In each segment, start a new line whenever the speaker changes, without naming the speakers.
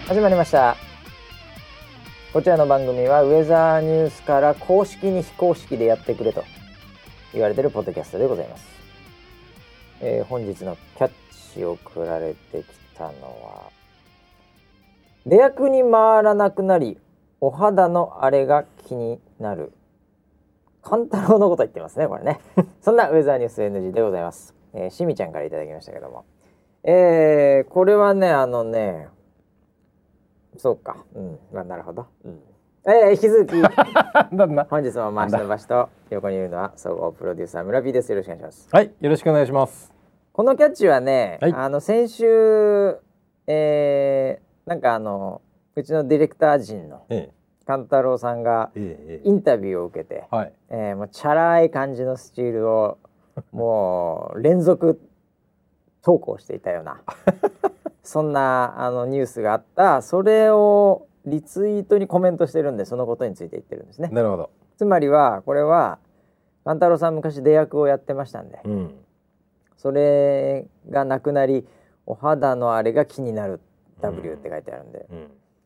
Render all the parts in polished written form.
始まりました。こちらの番組はウェザーニュースから公式に非公式でやってくれと言われているポッドキャストでございます。本日のキャッチを送られてきたのは、出役に回らなくなりお肌のあれが気になる勘太郎のこと言ってますね、これねそんなウェザーニュース NG でございます。しみちゃんからいただきましたけども、これはねそうか、なるほど、引き続き本日も回しの場所と横にいるのは総合プロデューサー村 P です。よろしくお願いします。
はい、よろしくお願いします。
このキャッチはね、
はい、
先週、なんかうちのディレクター陣の勘太郎さんがインタビューを受けて、もうチャラい感じのスチールをもう連続投稿していたようなそんなニュースがあった。それをリツイートにコメントしてるんで、そのことについて言ってるんですね。
なるほど。
つまりはこれは勘太郎さん昔出役をやってましたんで、それがなくなりお肌のあれが気になる W って書いてあるんで、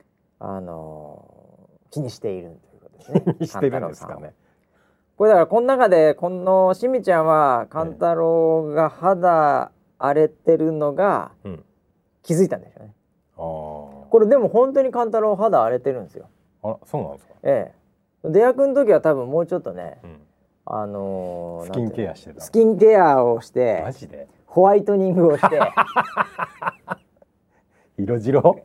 気にしているということですね
気にしてるんですかね。
これだからこの中でこのしみちゃんは勘太郎が肌荒れてるのが気づいたんでしょうね。これでも本当に勘太郎肌荒れてるんですよ。
あ、そうなんですか。
出役の時は多分もうちょっとね、
スキンケアしてた。
スキンケアをして
マジで
ホワイトニングをして
色白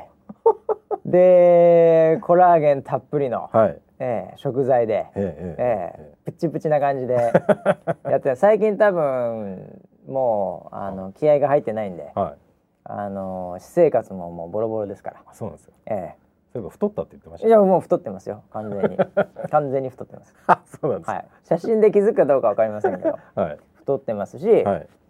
でコラーゲンたっぷりの、食材で、プチプチな感じでやって最近多分もう気合が入ってないんで、私生活ももうボロボロですから。
そうなんですよ。そういえば太ったって言ってました。
いやもう太ってますよ、完全に完全に太ってます。
そうなんです。
写真で気づくかどうかわかりませんけど、太ってますし、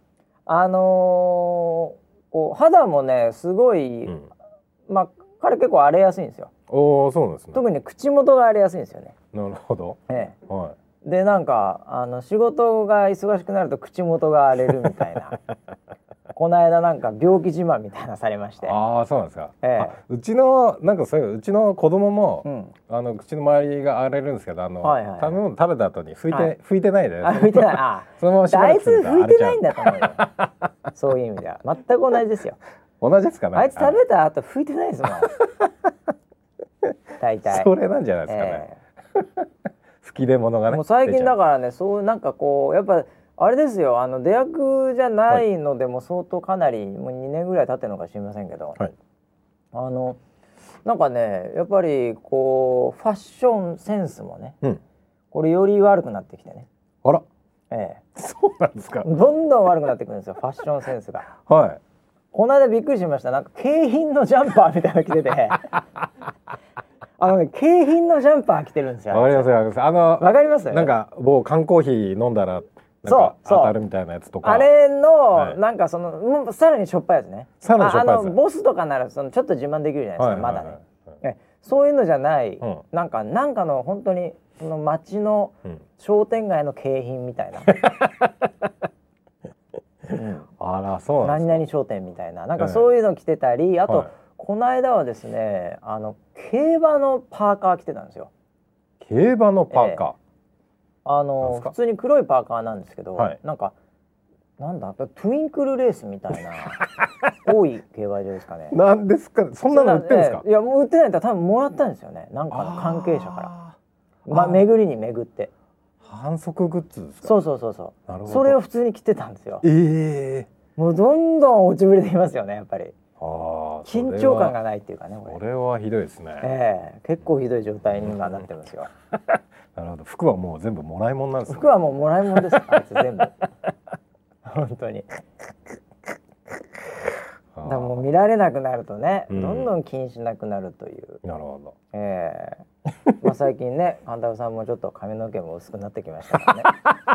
こう肌もねすごい、彼結構荒れやすいんですよ。
そうなんですね。
特に口元が荒れやすいんですよね。
なるほど。
でなんか仕事が忙しくなると口元が荒れるみたいなこの間なんか病気自慢みたいなされまして。
そうなんですか。うちのなんかそういううちの子供も、口の周りが荒れるんですけど、食べ物食べた後に拭いてないで、
拭いてない。
そのまましばらくすると
あいつ拭いてないんだと思うよそういう意味では全く同じですよ。
同じですかね。
あいつ食べた後拭いてないですもん大体
それなんじゃないですかね。吹き出物がね。
もう最近だからね、そうなんかこうやっぱあれですよ、出役じゃないのでも相当かなりもう2年ぐらい経ってるのか知りませんけど、なんかねやっぱりこうファッションセンスもね、これより悪くなってきてね。
あら、そうなんですか。
どんどん悪くなってくるんですよファッションセンスが。この間びっくりしました。なんか景品のジャンパーみたいなの着てて景品のジャンパー着てるんですよ。
わかりますわかります。
わかります。
なんか某缶コーヒー飲んだらなんか当たるみたいなやつとか。
あれの、なんかそのさらにしょっぱいやつね。
さらにしょっぱいやつ。
ボスとかならそのちょっと自慢できるじゃないですか、まだね。そういうのじゃない、なんかの本当にその街の商店街の景品みたいな。
あら、そうなんですか。
何々商店みたいな、なんかそういうの着てたり、あと、この間はですね、競馬のパーカー着てたんですよ。
競馬のパーカ
ー、普通に黒いパーカーなんですけど、なんかなんだトゥインクルレースみたいな多い競馬場ですかね。
なんですか、そんなの売ってるんですか。
いやもう売ってないんだ、多分もらったんですよね、なんかの関係者から。巡りに巡って
反則グッズですか。
そうそれを普通に着てたんですよ。もうどんどん落ちぶれてきますよね、やっぱり。緊張感がないっていうかね。
これはひどいですね。
結構ひどい状態に今なってますよ
なるほど。服はもう全部もらい物なんですね。
服はもうもらい物です。あいつ全部本当にだからもう見られなくなるとね、どんどん気にしなくなるという。
なるほど。
最近ね、勘太郎さんもちょっと髪の毛も薄くなってきましたから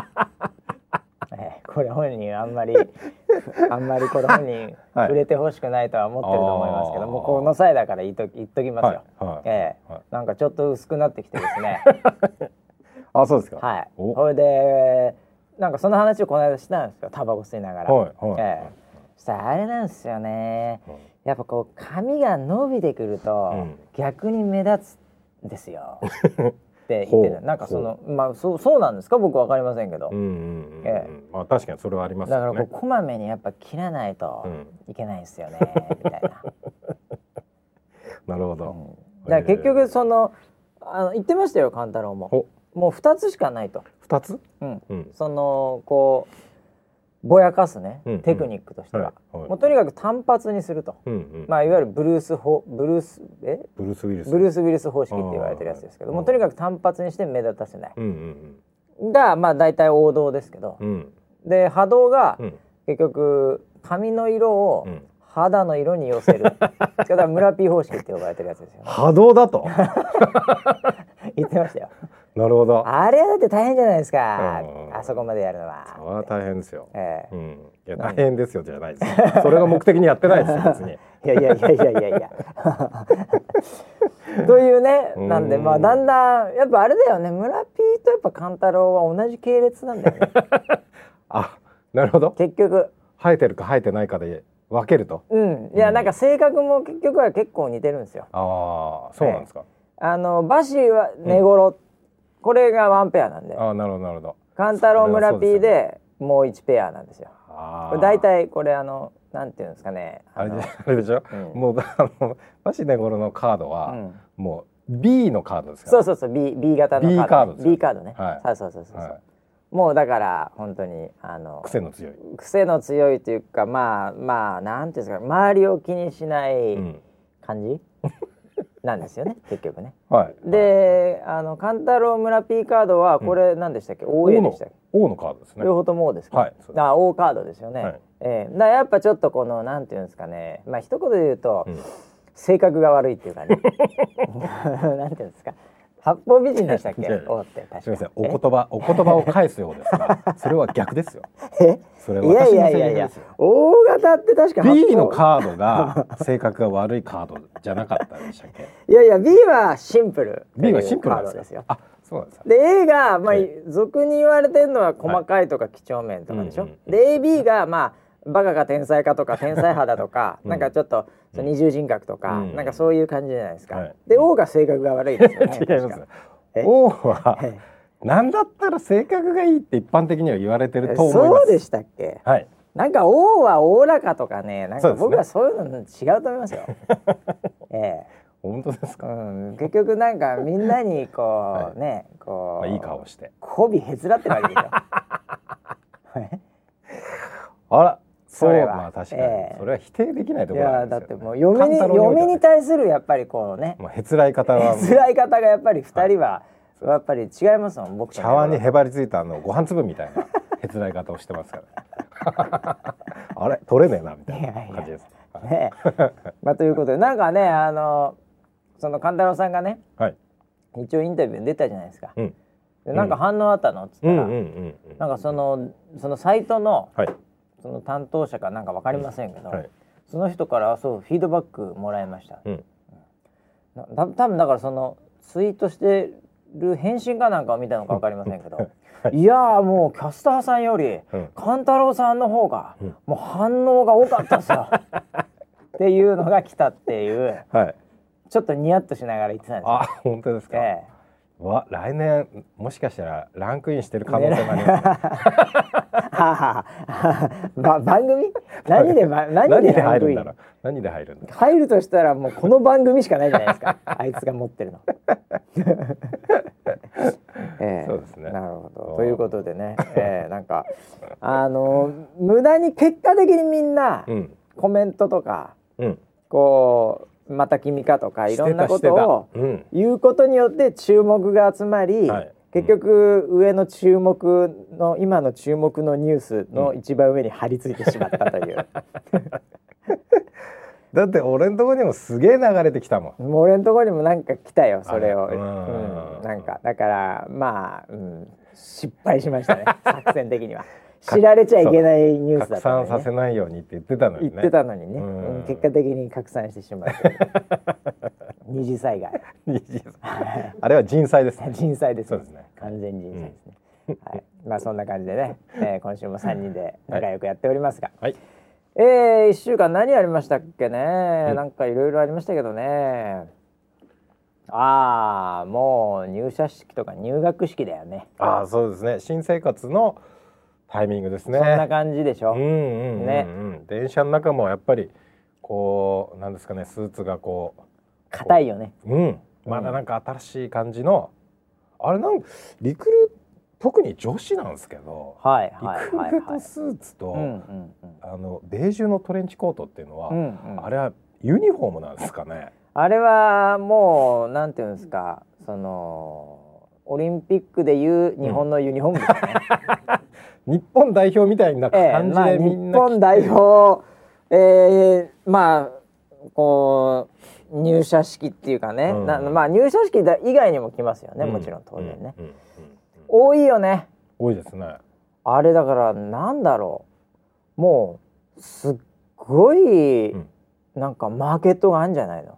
ねこれ本人あんまりこれ本人触れてほしくないとは思ってると思いますけども、この際だから言っときますよ。なんかちょっと薄くなってきてですね
そうですか。
それでなんかその話をこの間したんですよ、タバコ吸いながら。したらあれなんですよね、 やっぱこう髪が伸びてくると、逆に目立つんですよって言ってた。なんかそのまあそうなんですか、僕わかりませんけど。
まあ確かにそれはありますよね。
だからこうこまめにやっぱ切らないといけないんですよね、みたいな。
なるほど。
だから結局その言ってましたよ、勘太郎も。もう2つしかないと。
2つ？
そのこうぼやかすね、テクニックとしては、もうとにかく単発にすると、まあいわゆるブルース・ウィルス方式って言われてるやつですけども、とにかく単発にして目立たせない、がまあ大体王道ですけど、で波動が結局髪の色を肌の色に寄せるだから村 P 方式って呼ばれてるやつですよね。
波動だと
言ってましたよ。
なるほど。
あれはだって大変じゃないですか、あそこまでやるのは。
それは大変ですよ。いや大変ですよじゃないです。それが目的にやってないですよ別に。
いやというね、なんでまあだんだんやっぱあれだよね、村 P とやっぱ勘太郎は同じ系列なんだよね。
あ、なるほど。
結局
生えてるか生えてないかで分けると。
いやなんか性格も結局は結構似てるんですよ。
ああ、そうなんですか。
バシは寝頃、これがワンペアなんで。
ああ、なるほどなるほど。
勘太郎村 P でもう1ペアなんですよ。これ大体これなんていうんですかね。
あれでしょ。もうバシ寝頃のカードはもう B のカードですよ。
そう B 型のカード。B カードね。そう。もうだから本当に癖の強いというか、まあなんていうんですか、周りを気にしない感じなんですよね結局ね。で勘太郎村 P カードはこれ何でしたっけ、OA でしたっけ。
O のカードですね。
両方とも O ですか。O カードですよね。だやっぱちょっとこのなんていうんですかね、まあ一言で言うと性格が悪いっていうかね。なんていうんですか、八方美人でしたっけ。O って確かに。
すみません、お言葉を返すようですが、それは逆ですよ。それは
私のセリフですよ。O 型って確か
B のカードが性格が悪いカードじゃなかったでしたっけ。
いや B はシンプル。B はシンプルカードですよ。あ、
そうなんですか。
で A がまあ俗に言われてるのは細かいとか几帳面とかでしょ。で AB がまあバカか天才かとか天才肌とかなんかちょっと二重人格とかなんかそういう感じじゃないですか。で O が性格が悪いですよね。
違います。O はなんだったら性格がいいって一般的には言われてると思います。
そうでしたっけ。
はい。
なんか O はおおらかとかね、なんか僕はそういうの違うと思いますよ。
本当ですか。
結局なんかみんなにこうね、こう
いい顔して
媚びへつらってるわけでしょ。
あら、それはまあ確かにそれは否定できないところなんですよ。
いやだってもう嫁に対するやっぱりこうね、
へつらい方が
やっぱり2人はやっぱり違いますもん。僕
茶碗にへばりついたご飯粒みたいなへつらい方をしてますから。あれ取れねえなみたいな感じです。
ね、まあということでなんかねその勘太郎さんがね、一応インタビューに出たじゃないですか。でなんか反応あったのっつったら、なんかそのサイトのその担当者かなんかわかりませんけど、その人からそうフィードバックもらいました。多分だからそのツイートしてる返信かなんかを見たのかわかりませんけど、いやもうキャスターさんより勘太郎さんの方がもう反応が多かったさっていうのが来たっていう、ちょっとニヤッとしながら言ってたんですよ。
あ、本当ですか。来年もしかしたらランクインしてる可能性があり
ます。番組？何で入るんだろう。
何で入るんだろう。
入るとしたらもうこの番組しかないじゃないですか。あいつが持ってるの。
そうですね。
なるほど。ということでね、なんか無駄に結果的にみんなコメントとか、こう。また君かとかいろんなことを言うことによって注目が集まり、結局上の注目の今の注目のニュースの一番上に張り付いてしまったという。
だって俺んとこにもすげえ流れてきたもん。
もう俺んとこにもなんか来たよそれを。なんかだからまあ、失敗しましたね作戦的には。知られちゃいけないニュースだったのに、
拡散させないようにって言ってたのにね。
言ってたのにね、結果的に拡散してしまう。二次災害。
あれは人災ですね。
人災です。
そうですね。
完全人災ですね。はい。まあそんな感じでね、今週も3人で仲良くやっておりますが、 1週間何ありましたっけね。なんかいろいろありましたけどね。もう入社式とか入学式だよね。
そうですね。新生活のタイミングですね。
そんな感じでしょ。
ね。電車の中もやっぱりこうなんですかね、スーツがこう
硬いよね。
まだなんか新しい感じの、あれなんリクル特に女子なんですけど、リクルートスーツとベージュのトレンチコートっていうのは、あれはユニフォームなんですかね。
あれはもうなんていうんですか、そのオリンピックでいう日本のユニフォームですね。
日本代表みたいな感じでみんな、
日本代表、こう入社式っていうかね、入社式以外にも来ますよね、もちろん当然ね。多いよね。
多いですね。
あれだからなんだろう、もうすっごい、なんかマーケットがあるんじゃないの。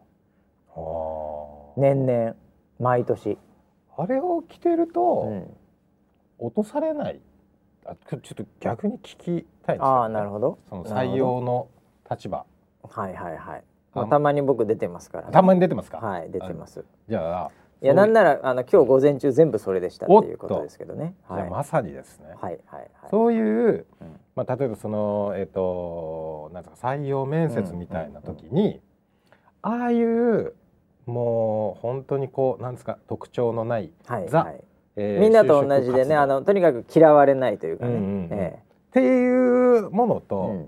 年々毎年
あれを着てると、落とされない。ちょっと逆に聞きたいんですよね。
なるほど。
その採用の立場。
たまに僕出てますからね。
たまに出てますか。
はい、出てます。
じゃあ
いや、なんなら今日午前中全部それでしたっていうことですけどね。
じゃあまさにですね。
はい。
そういう、例えばそのなんですか、採用面接みたいな時に、ああいうもう本当にこうなんですか、特徴のない
みんなと同じでね、とにかく嫌われないというかね、
っていうものと、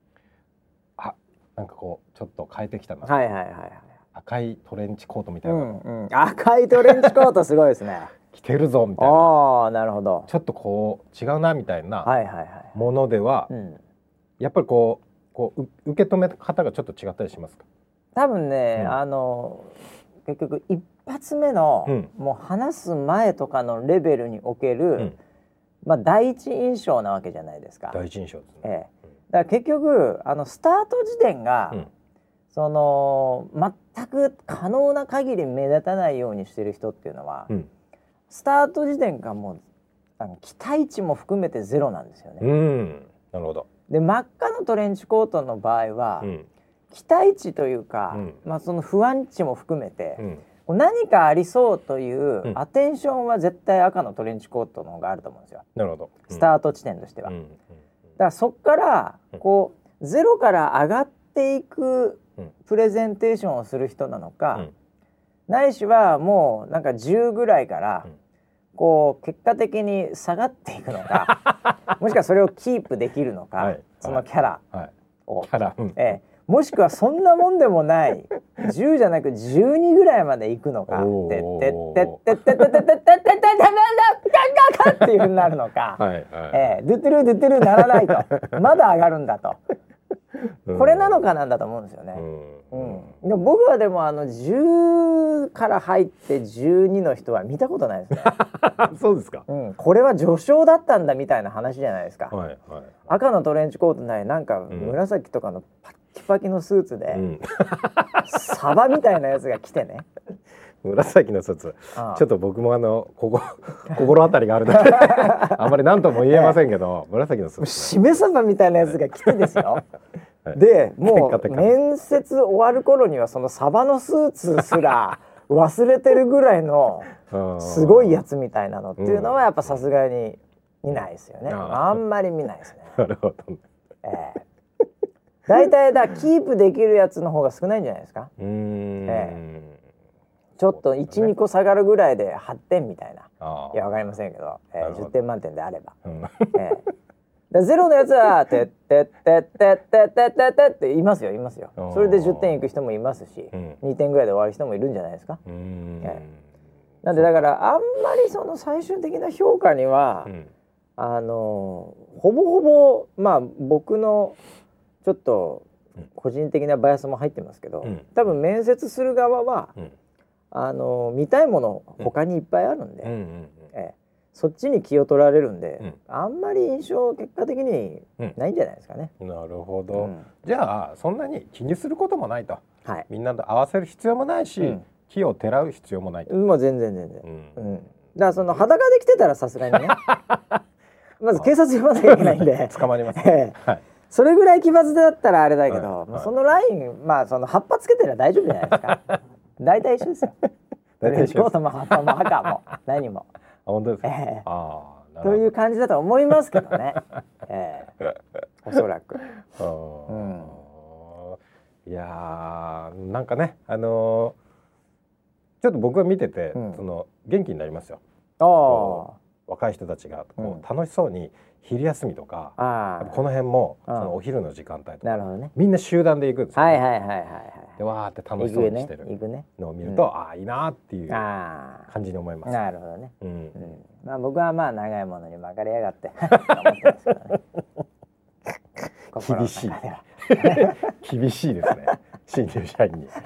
なんかこうちょっと変えてきたな。赤いトレンチコートみたいな、
赤いトレンチコートすごいですね。
着てるぞみたいな。
なるほど。
ちょっとこう違うなみたいなものでは、やっぱりこう受け止め方がちょっと違ったりしますか。
多分ね、結局一発目の、もう話す前とかのレベルにおける、第一印象なわけじゃないですか。
第一印象ですね。
だから結局スタート時点が、その全く可能な限り目立たないようにしてる人っていうのは、スタート時点がもう期待値も含めてゼロなんですよね。
なるほど。
で真っ赤のトレンチコートの場合は、期待値というか、その不安値も含めて、何かありそうというアテンションは絶対赤のトレンチコートの方があると思うんですよ。
なるほど。
スタート地点としては。だからそっからこうゼロから上がっていくプレゼンテーションをする人なのか、ないしはもうなんか10ぐらいからこう結果的に下がっていくのか、もしくはそれをキープできるのか、そのキャラを、もしくはそんなもんでもない10じゃなく12ぐらいまで行くのか、てってってってってってってってってっていうふうになるのか、ドゥトゥルドゥトゥルならないと、まだ上がるんだと、これなのかなんだと思うんですよね。でも僕はでも10から入って12の人は見たことないですね。
そうですか。
これは序章だったんだみたいな話じゃないですか。赤のトレンチコートない、なんか紫とかのパッキパキのスーツで、サバみたいなやつが来てね。
紫のスーツ、ちょっと僕も心当たりがあるのであまり何とも言えませんけど、紫のスーツ、
しめ鯖みたいなやつが来てですよ。でもう面接終わる頃にはそのサバのスーツすら忘れてるぐらいのすごいやつみたいなのっていうのはやっぱさすがに見ないですよね。あんまり見ないですね。
なるほど。
だいたいキープできるやつの方が少ないんじゃないですか。ちょっと 1,2 個下がるぐらいで8点みたいな。いやわかりませんけど、10点満点であれば。ゼロのやつはてってってってってってってっていますよ。それで10点いく人もいますし、2点ぐらいで終わる人もいるんじゃないですか。なんでだからあんまりその最終的な評価には、ほぼほぼ僕のちょっと個人的なバイアスも入ってますけど、多分面接する側は、見たいもの他にいっぱいあるんで、そっちに気を取られるんで、あんまり印象結果的にないんじゃないですかね。
なるほど。じゃあそんなに気にすることもないと、みんなと合わせる必要もないし、気をてらう必要もないと。
もう全然。だからその裸で来てたらさすがにねまず警察呼ばなきゃいけないんで
捕まります。
それぐらい奇抜だったらあれだけど、はいはい、そのラインまあその葉っぱつけてれば大丈夫じゃないですか。大体一緒ですよ。レンチコートも葉っぱも赤も何も。
あ、本当ですか。
という感じだと思いますけどね。おそらく。
いやー、なんかね、ちょっと僕が見てて、その元気になりますよ。若い人たちがこう楽しそうに昼休みとか、この辺もそのお昼の時間帯とか、ね、みんな集団で行くんですよ、ね。でわーって楽しそうにしてるのを見ると、ああいいなっていう感じに思います。
なるほどね。まあ僕はまあ長いものに巻かれやがって思ってますけどね。
厳しい厳しいですね、新入社員に。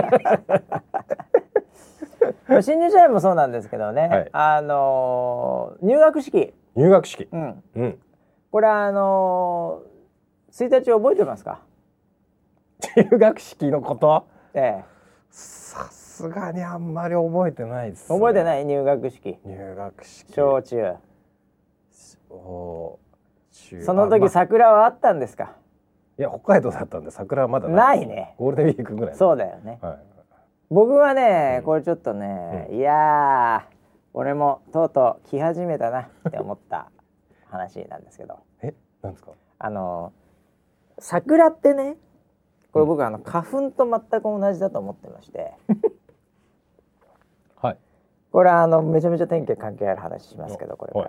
新入社員もそうなんですけどね、はい、入学式、これ1日覚えてますか？
入学式のこと？さすがにあんまり覚えてないですね。
覚えてない？入学式小中その時桜はあったんですか？
いや北海道だったんで桜はまだ
ないね。
ゴールデンウィークぐらい。
そうだよね、はい、僕はね、これちょっとね、いや俺もとうとう来始めたなって思った話なんですけど。
なんですか？
桜ってね、これ僕花粉と全く同じだと思ってましてはい、これめちゃめちゃ天気関係ある話しますけど、これから、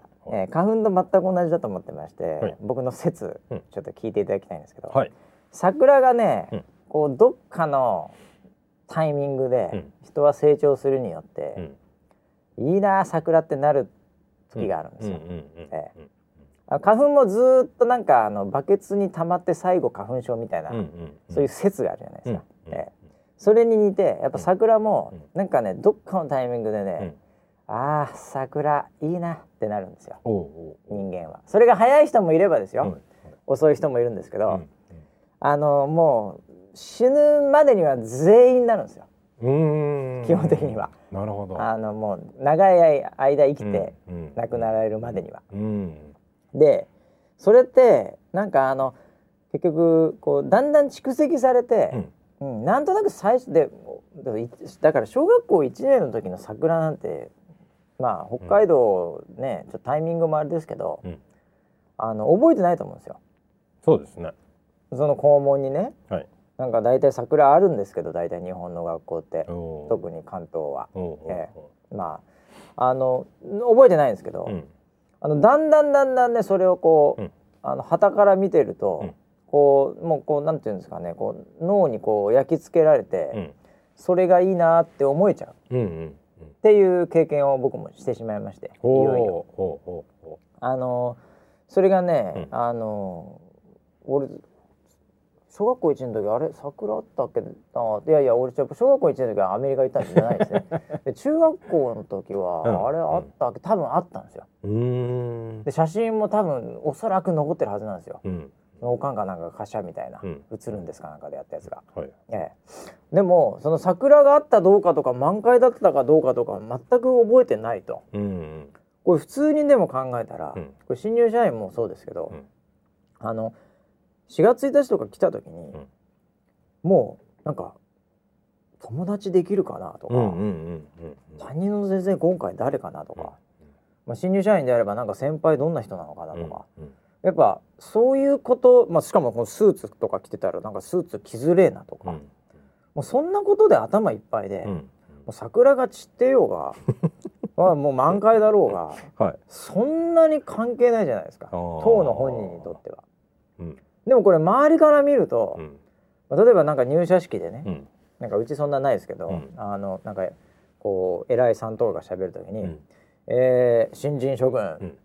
花粉と全く同じだと思ってまして、僕の説ちょっと聞いていただきたいんですけど、桜がね、こうどっかのタイミングで人は成長するによって、いいな桜ってなる時があるんですよ。花粉もずっとなんかバケツに溜まって最後花粉症みたいな、そういう説があるじゃないですか。それに似てやっぱ桜もなんかね、どっかのタイミングでね、ああ桜いいなってなるんですよ、人間は。それが早い人もいればですよ、遅い人もいるんですけど、もう死ぬまでには全員になるんですよ、基本的には。
なるほど。
もう長い間生きて亡くなられるまでには。でそれってなんか結局こうだんだん蓄積されて、なんとなく最初でだから小学校1年の時の桜なんてまあ北海道ね、ちょっとタイミングもあれですけど、覚えてないと思うんですよ。
そうですね。
その校門にね、なんか大体桜あるんですけど、大体日本の学校って特に関東は、まあ覚えてないんですけど、だんだんねそれをこう傍から見てると、こうもうこうなんていうんですかね、こう脳にこう焼き付けられて、それがいいなって思えちゃう、っていう経験を僕もしてしまいまして、いよいよそれがね、俺小学校1年の時あれ桜あったっけな。いやいや俺小学校1年の時はアメリカ行ったんじゃないですね。で中学校の時は、あれあったっけ、多分あったんですよ。で写真も多分おそらく残ってるはずなんですよ。おかんかなんかカシャみたいな、映るんですかなんかでやったやつが、でもその桜があったどうかとか満開だったかどうかとか全く覚えてないと、これ普通にでも考えたら、これ新入社員もそうですけど、4月1日とか来た時に、もうなんか友達できるかなとか、担任の先生今回誰かなとか、新入社員であればなんか先輩どんな人なのかなとか、やっぱそういうこと、しかもこのスーツとか着てたらなんかスーツ着づれえなとか、もうそんなことで頭いっぱいで、もう桜が散ってようがもう満開だろうが、そんなに関係ないじゃないですか、当の本人にとっては。でもこれ周りから見ると、例えばなんか入社式でね、なんかうちそんなないですけど、なんかこう偉いさんとかが喋るときに、新人諸君、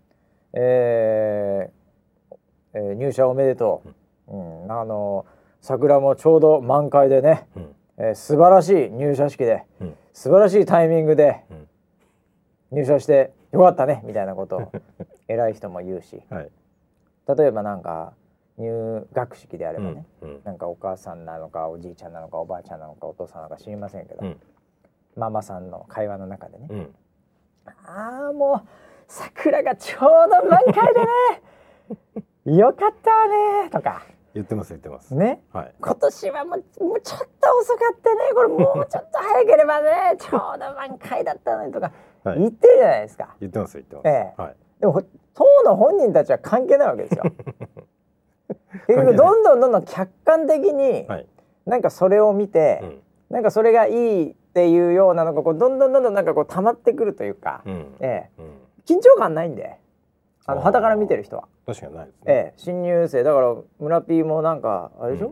入社おめでとう、桜もちょうど満開でね、素晴らしい入社式で、素晴らしいタイミングで入社してよかったねみたいなことを偉い人も言うし、例えばなんか入学式であればね、なんかお母さんなのかおじいちゃんなのかおばあちゃんなのかお父さんなのか知りませんけど、ママさんの会話の中でね、ああもう桜がちょうど満開でねよかったわねとか、
言ってます
ね、
はい、
今年はもうちょっと遅かってね、これもうちょっと早ければねちょうど満開だったのにとか言ってるじゃないですか。
言ってます、はい、
でも当の本人たちは関係ないわけですよ。結局どんどん客観的に、なんかそれを見て、なんかそれがいいっていうようなのがこうどんどんなんかこう溜まってくるというか、緊張感ないんで、傍から見てる人は
確かにないですね。
新入生だから村 P もなんかあれでしょ、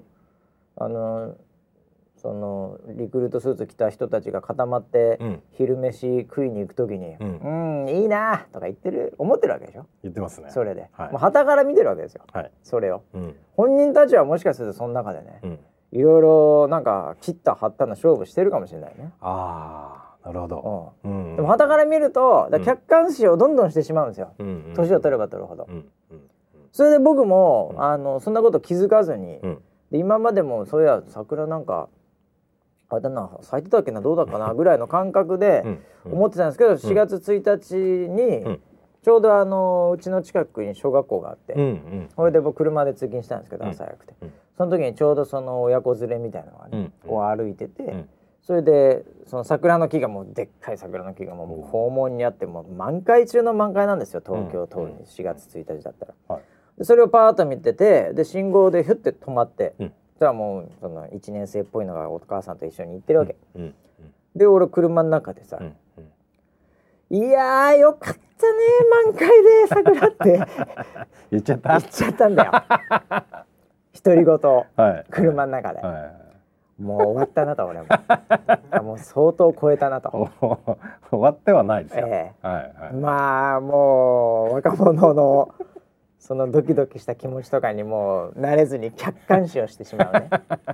そのリクルートスーツ着た人たちが固まって、昼飯食いに行くときにいいなとか思ってるわけでしょ。
言ってますね。
それで、もう傍から見てるわけですよ、それを、本人たちはもしかするとその中でね、いろいろなんか切った張ったの勝負してるかもしれないね。
なるほど。
でも傍から見ると客観視をどんどんしてしまうんですよ、年を取れば取るほど。それで僕もそんなこと気づかずに、で今までもそういや桜なんかあれだな咲いてたっけなどうだっかなぐらいの感覚で思ってたんですけど、4月1日にちょうどうちの近くに小学校があって、それで僕車で通勤したんですけど、朝早くて、その時にちょうどその親子連れみたいなのがね、こう歩いてて、それでその桜の木がもうでっかい桜の木がもう校門にあって、もう満開中の満開なんですよ、東京通りに4月1日だったら。でそれをパーッと見てて、で信号でヒュッて止まって、そしたらもうその1年生っぽいのがお母さんと一緒に行ってるわけ、で俺車の中でさ、いやーよかったね満開で桜って
言っちゃ
ったんだよ独り言、車の中で、もう終わったなと俺ももう相当超えたなと
終わってはないですよ、
まあもう若者のそのドキドキした気持ちとかにもう慣れずに客観視をしてしまうね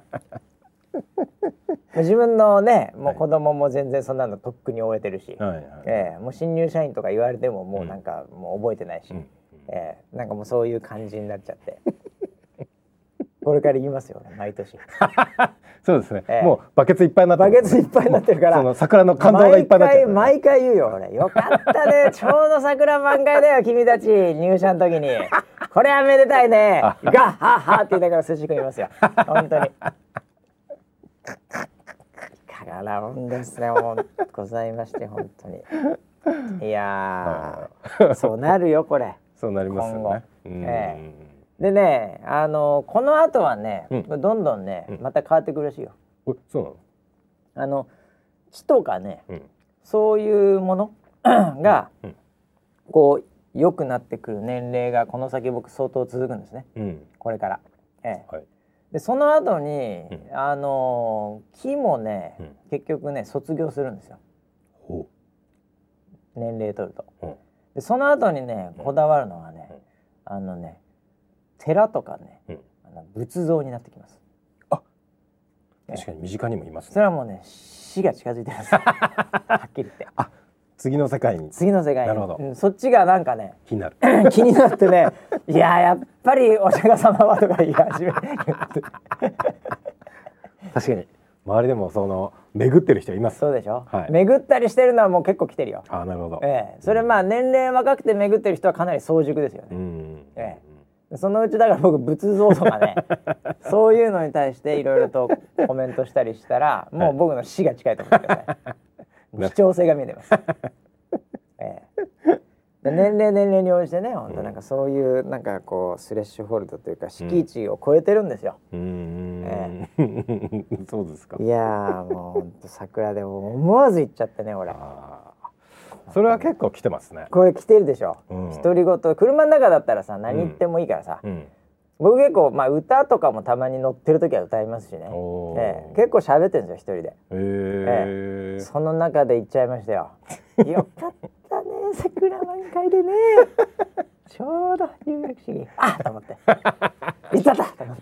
自分のねもう子供も全然そんなのとっくに終えてるし、もう新入社員とか言われてももうなんかもう覚えてないし、なんかもうそういう感じになっちゃってこれから言いますよね毎年
そうですね、もうバケツいっぱいになって
バケツいっぱいになってるから
その桜の感動がいっぱいになっちゃう、
毎回言うよ俺、よかったねちょうど桜満開だよ君たち入社の時にこれはめでたいねガッハッハって言いながら寿司食いますよ本当にからもんですねございまして本当にいやそうなるよこれ。
そうなりますよ
ね。でねこの後はね、どんどんねまた変わってくるらしいよ。
そう
なの？木とかね、そういうものがこう良くなってくる年齢がこの先僕相当続くんですね、これから。でその後に、木もね、結局ね卒業するんですよ、年齢取ると。でその後にねこだわるのはね、寺とかね、仏像になってきます。
確かに身近にもいますね。
それはもうね死が近づいてるんですよはっきり言って。
次の世界に。なるほど、
そっちがなんかね
気になる
気になってねいやっぱりお釈迦様はとか言い始めて
確かに周りでもその巡ってる人います。
そうでしょ、巡ったりしてるのはもう結構来てるよ。
なるほど、
それまあ年齢若くて巡ってる人はかなり早熟ですよね。そのうちだから僕仏像とかねそういうのに対していろいろとコメントしたりしたらもう僕の死が近いと思ってください貴重性が見えてますで年齢に応じてね本当なんかそういうなんかこうスレッシュホールドというか敷地を超えてるんですよ。
そうですか。
いやもう本当桜でも思わず言っちゃってね俺。
それは結構来てますね。
これ来てるでしょ、独り言。車の中だったらさ何言ってもいいからさ、僕結構歌とかもたまに乗ってる時は歌いますしね、結構喋ってるんですよ一人で。その中で言っちゃいましたよよかったね桜満開でねちょうど入学式と思って言っちゃったと思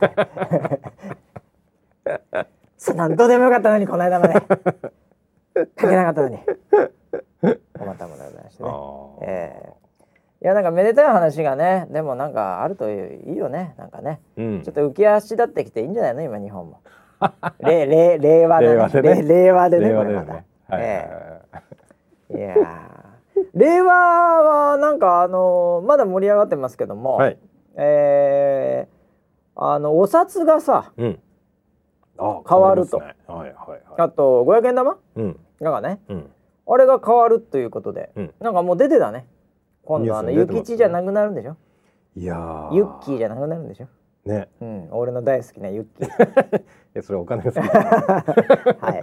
ってそんなんどうでもよかったのにこの間まで書けなかったのに困ったものでございましてね。いやなんかめでたい話がねでもなんかあるといいよねなんかね、ちょっと浮き足立ってきていいんじゃないの今日本も令和でね令和でねこれまた。いや令和はなんかまだ盛り上がってますけども、 お札がさ、
うん、
変わると、
はいはいはい、
あと500円玉、
うん、
がね、
うん、
あれが変わるということで、
うん、
なんかもう出てたね。今度ゆきちじゃなくなるんでしょ。
いやー、
ユッキーじゃなくなるんでしょ。
ね、
うん、俺の大好きなユッキー。
それお金です。
はい。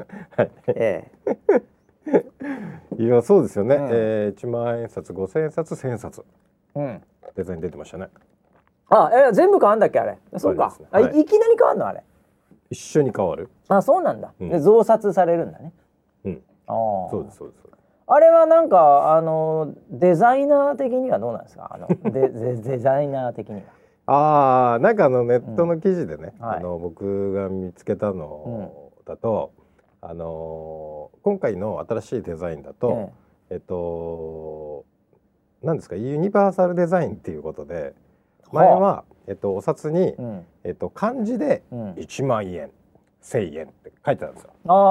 いやそうですよね。1万円札、5000円札、1000円札、
うん、
デザイン出てましたね。
全部変わんだっけあれ。そうか。いきなり変わんのあれ。
一緒に変わる。
そうなんだ。で増刷されるんだね。
うん。そうですそうです。
あれはなんかデザイナー的にはどうなんですか。デザイナー的には。
なんかネットの記事でね、僕が見つけたのだと、今回の新しいデザインだと、何ですか、ユニバーサルデザインっていうことで、前はお札に漢字で1万円、1000円って書いてたんですよ。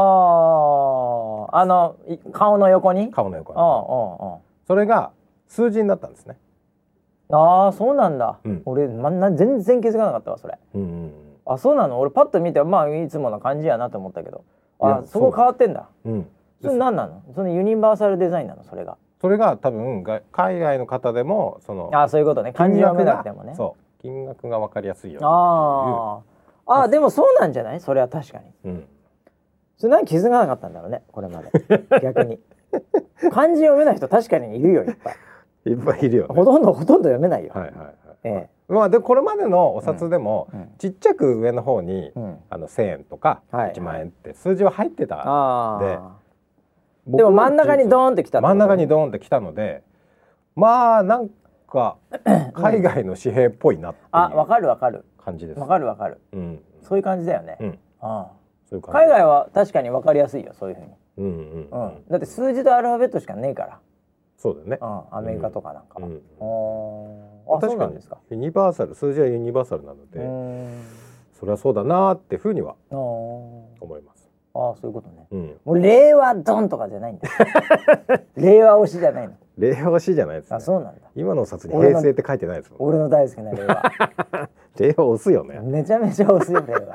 顔の横に。
それが数字になったんですね。
そうなんだ。俺全然気づかなかったわそれ。そうなの。俺パッと見ていつもの感じやなと思ったけど、そこ変わってんだ。それ何なの？そのユニバーサルデザインなの？それが多
分海外の方でも
そういうことね。漢字読めなくてもね。
そう、金額が分かりやすいよ。
でもそうなんじゃない？それは確かに。それ何気づかなかったんだろうね、これまで。逆に漢字読めない人確かにいるよ、いっぱい。
いっぱいいるよね。
ほとんど読めないよ。
でこれまでのお札でも、ちっちゃく上の方に、1000円とか1万円って数字は入ってたんで、
でも真ん中にドーンってきた。
真ん中にドーンってきたので、なんか海外の紙幣っぽいなっていう
わかる
感じです。
わかる、そういう感じだよね。海外は確かにわかりやすいよ、そういうふうに。だって数字とアルファベットしかねえから。
そうだよね。
アメリカとかなんか。
確かにユニバーサル、数字はユニバーサルなので、それはそうだなっていうふうには思います。
そういうことね。もう令和ドンとかじゃないんだ。令和推しじゃないの。
令和推しじゃないですね。
そうなんだ。
今の札に平成って書いてないですもん。
俺の大好きな令和。
令和推すよね。
めちゃめちゃ推すよ令和。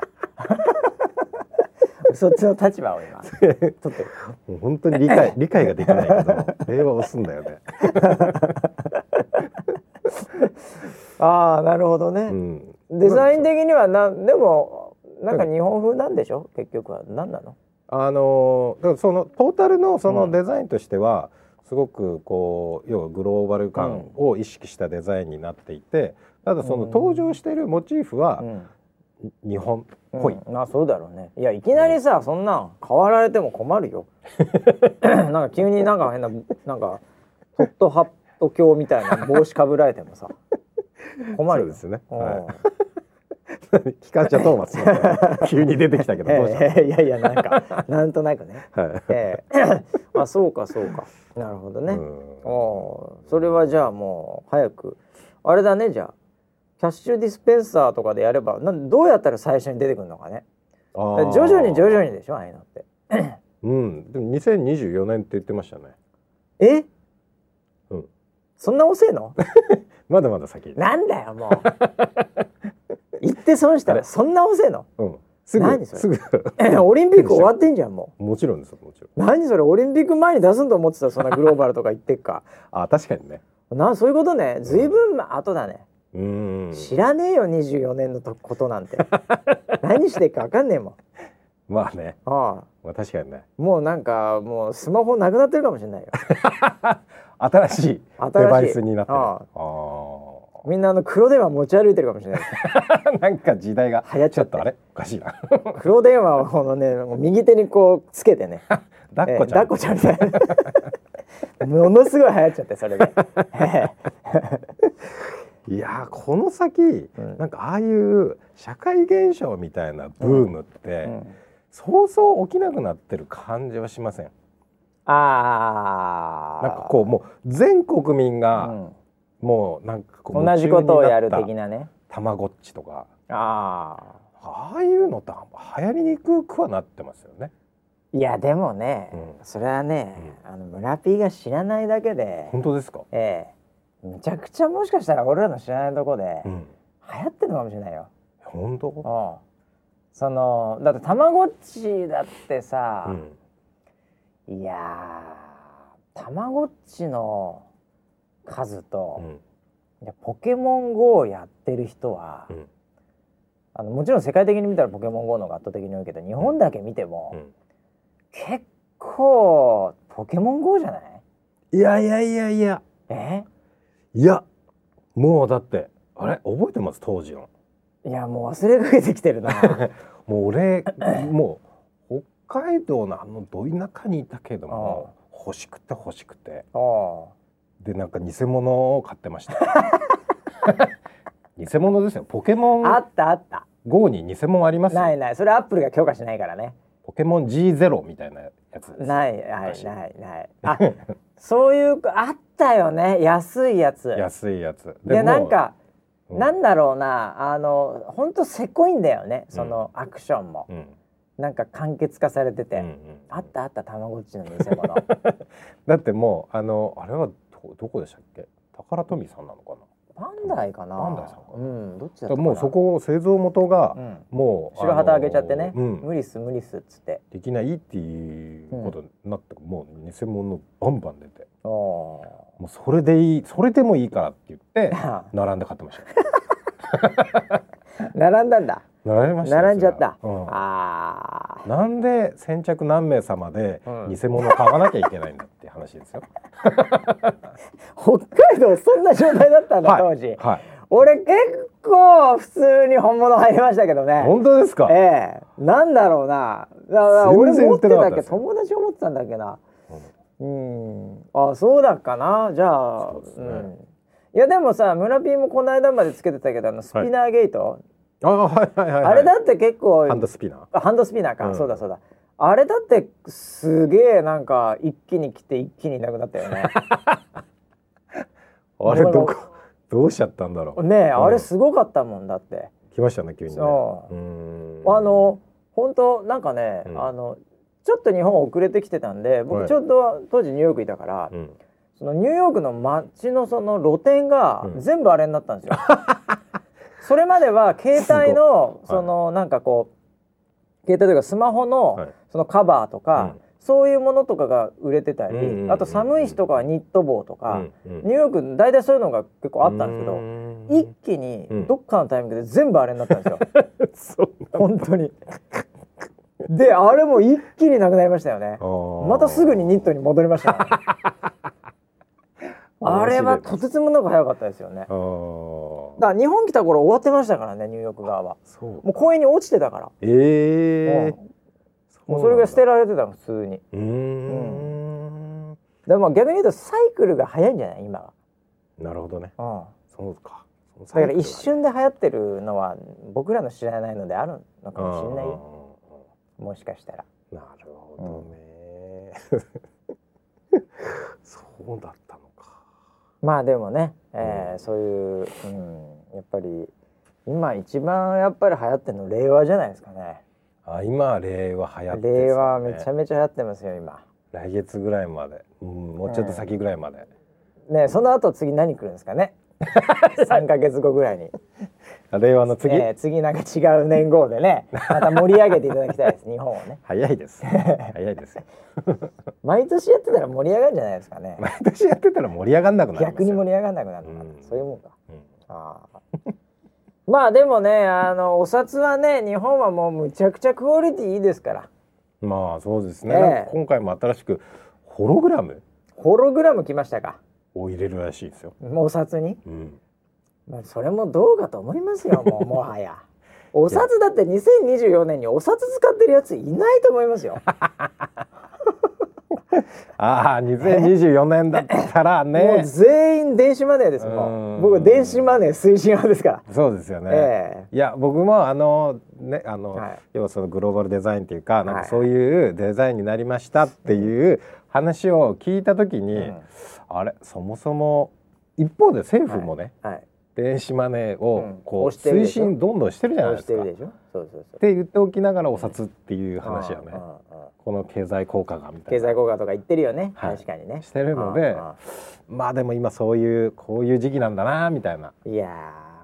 そっちの立場を今取ってる。
もう本当に理解ができないけど、令和推すんだよね。
なるほどね。デザイン的にはでもなんか日本風なんでしょ、結局は。何なの？
だからそのトータルのそのデザインとしては、すごくこう要はグローバル感を意識したデザインになっていて、ただその登場しているモチーフは日本っぽい。
そうだろうね。いや、いきなりさ、そんなん変わられても困るよ。なんか急になんか変ななんかホットハット教みたいな帽子かぶられてもさ困るよ。
そうですね。機関車トーマス急に出てきたけどどうした？
いやなんとなくね。そうか。なるほどね。それはじゃあもう早くあれだね。じゃあキャッシュディスペンサーとかでやればどうやったら最初に出てくるのかね。徐々にでしょ、ああいうのって。
でも2024年って言ってましたね。
そんな遅いの？
まだまだ先。
なんだよもう。言って損したらそんな遅いの？何それ？オリンピック終わってんじゃんもう。
もちろんです、もちろ
ん。何それ、オリンピック前に出すんと思ってた。そんなグローバルとか言ってっか。
確かにね。
そういうことね。ずいぶん後だね。知らねえよ、24年のことなんて。何してっか分かんねえもん。
まあね。確かにね。
もうなんかもうスマホなくなってるかもしれないよ。
新しいデバイスになってる。
みんな黒電話持ち歩いてるかもしれない。
なんか時代が
流行っちゃった。
あれおかしいな。
黒電話をこのね、右手にこうつけてね。
抱っこちゃんみたい
な。ものすごい流行っちゃってそれで。
いやこの先、なんかああいう社会現象みたいなブームって、そうそう起きなくなってる感じはしません？なんかこうもう全国民が、もうなんかこう
同じことをやる的なね。
たまごっちとかああいうのと流行りにくくはなってますよね。
いやでもね、それはね、村 P が知らないだけで。
本当ですか？
めちゃくちゃもしかしたら俺らの知らないとこで流行ってるのかもしれないよ。
本当？
だってたまごっちだってさ、いやたまごっちの数と、ポケモン GO をやってる人は、もちろん世界的に見たらポケモン GO の方が圧倒的に多いけど、日本だけ見ても、結構ポケモン GO じゃない？
いやいやもうだってあれ覚えてます？当時の。
いやもう忘れかけてきてるな
もう俺もう北海道のど田舎にいたけども欲しくてでなんか偽物を買ってました偽物ですよ。ポケモン
あった
GO に偽物ありますよ。
ないそれアップルが許可しないからね。
ポケモン G0 みたいなやつです。
ないあそういうあったよね。安いやつでなんかなんだろうな、ほんとせこいんだよね、そのアクションも、なんか簡潔化されてて、あったたまごっちの偽物
だってもうあれはどこでしたっけ？タカラトミーさんなのかな？
バンダイかな？
バンダイさんかな？
どっちだったかな？
もうそこ製造元が、もう
白旗あげちゃってね、無理っすっつって
できないっていうことになって、もう偽物バンバン出て、もうそれでもいいからって言って並んで買ってました
並んだんだ。
並びましたよ。
並んじゃった。
なんで先着何名様で偽物を買わなきゃいけないんだっていう話ですよ
北海道そんな状態だったんだ、当時。俺結構普通に本物入りましたけどね。
本当ですか？
なんだろうな。俺持ってたっけ？友達が持ってたんだっけな。そうだっかな。じゃあ、いやでもさ、村 P もこの間までつけてたけど、スピナーゲート、あれだって結構
ハンドスピナ
ーか、そうだあれだってすげえなんか一気に来て一気にいなくなったよね
あれどうしちゃったんだろう
ね。あれすごかったもんだって。
来ましたね急にね。
本当なんかね、ちょっと日本遅れてきてたんで、僕ちょっと当時ニューヨークいたから、そのニューヨークの街のその露店が全部あれになったんですよそれまでは携帯のそのなんかこう携帯というかスマホのそのカバーとか、そういうものとかが売れてたり、あと寒い日とかはニット帽とか、ニューヨーク大体そういうのが結構あったんですけど、一気にどっかのタイミングで全部あれになったんですよ本当に。であれも一気になくなりましたよね。またすぐにニットに戻りましたねあれはとてつもなく早かったですよね。だから日本来た頃終わってましたからね、ニューヨーク側は。もう公園に落ちてたから。もうそれが捨てられてたの普通に。でも逆に言うとサイクルが早いんじゃない、今は。
なるほどね。そうか。
だから一瞬で流行ってるのは僕らの知らないのであるのかもしれないよ。もしかしたら。
なるほどね。そうだったのか。
まあでもね、そういう、やっぱり今一番やっぱり流行ってるの令和じゃないですかね。
今令和流行ってる、
令和めちゃめちゃ流行ってますよ今。
来月ぐらいまで、もうちょっと先ぐらいまで。
ね、その後次何来るんですかね3ヶ月後ぐらいに
令和の次、
次なんか違う年号でねまた盛り上げていただきたいです日本をね。
早いです早いです
毎年やってたら盛り上がるんじゃないですかね。
毎年やってたら盛り上がんなくなる。
逆に盛り上がんなくなるのかな、そういうもんか。まあでもね、お札はね、日本はもうむちゃくちゃクオリティいいですから。
まあそうですね、なんか今回も新しくホログラム
来ましたか。
を入れるらしいですよ、
お札に。まあそれもどうかと思いますよもはやお札だって2024年にお札使ってるやついないと思いますよ
2024年だったらね
もう全員電子マネーですもん。僕電子マネー推進派ですから。
そうですよね、いや僕も要はそのグローバルデザインっていうか、なんかそういうデザインになりましたっていう話を聞いた時に、あれそもそも一方で政府もね、電子マネーをこう推進どんどんしてるじゃないですか。って言っておきながらお札っていう話はね、この経済効果がみたいな
経済効果とか言ってるよね、確かにね
してるので、まあでも今こういう時期なんだなみたいな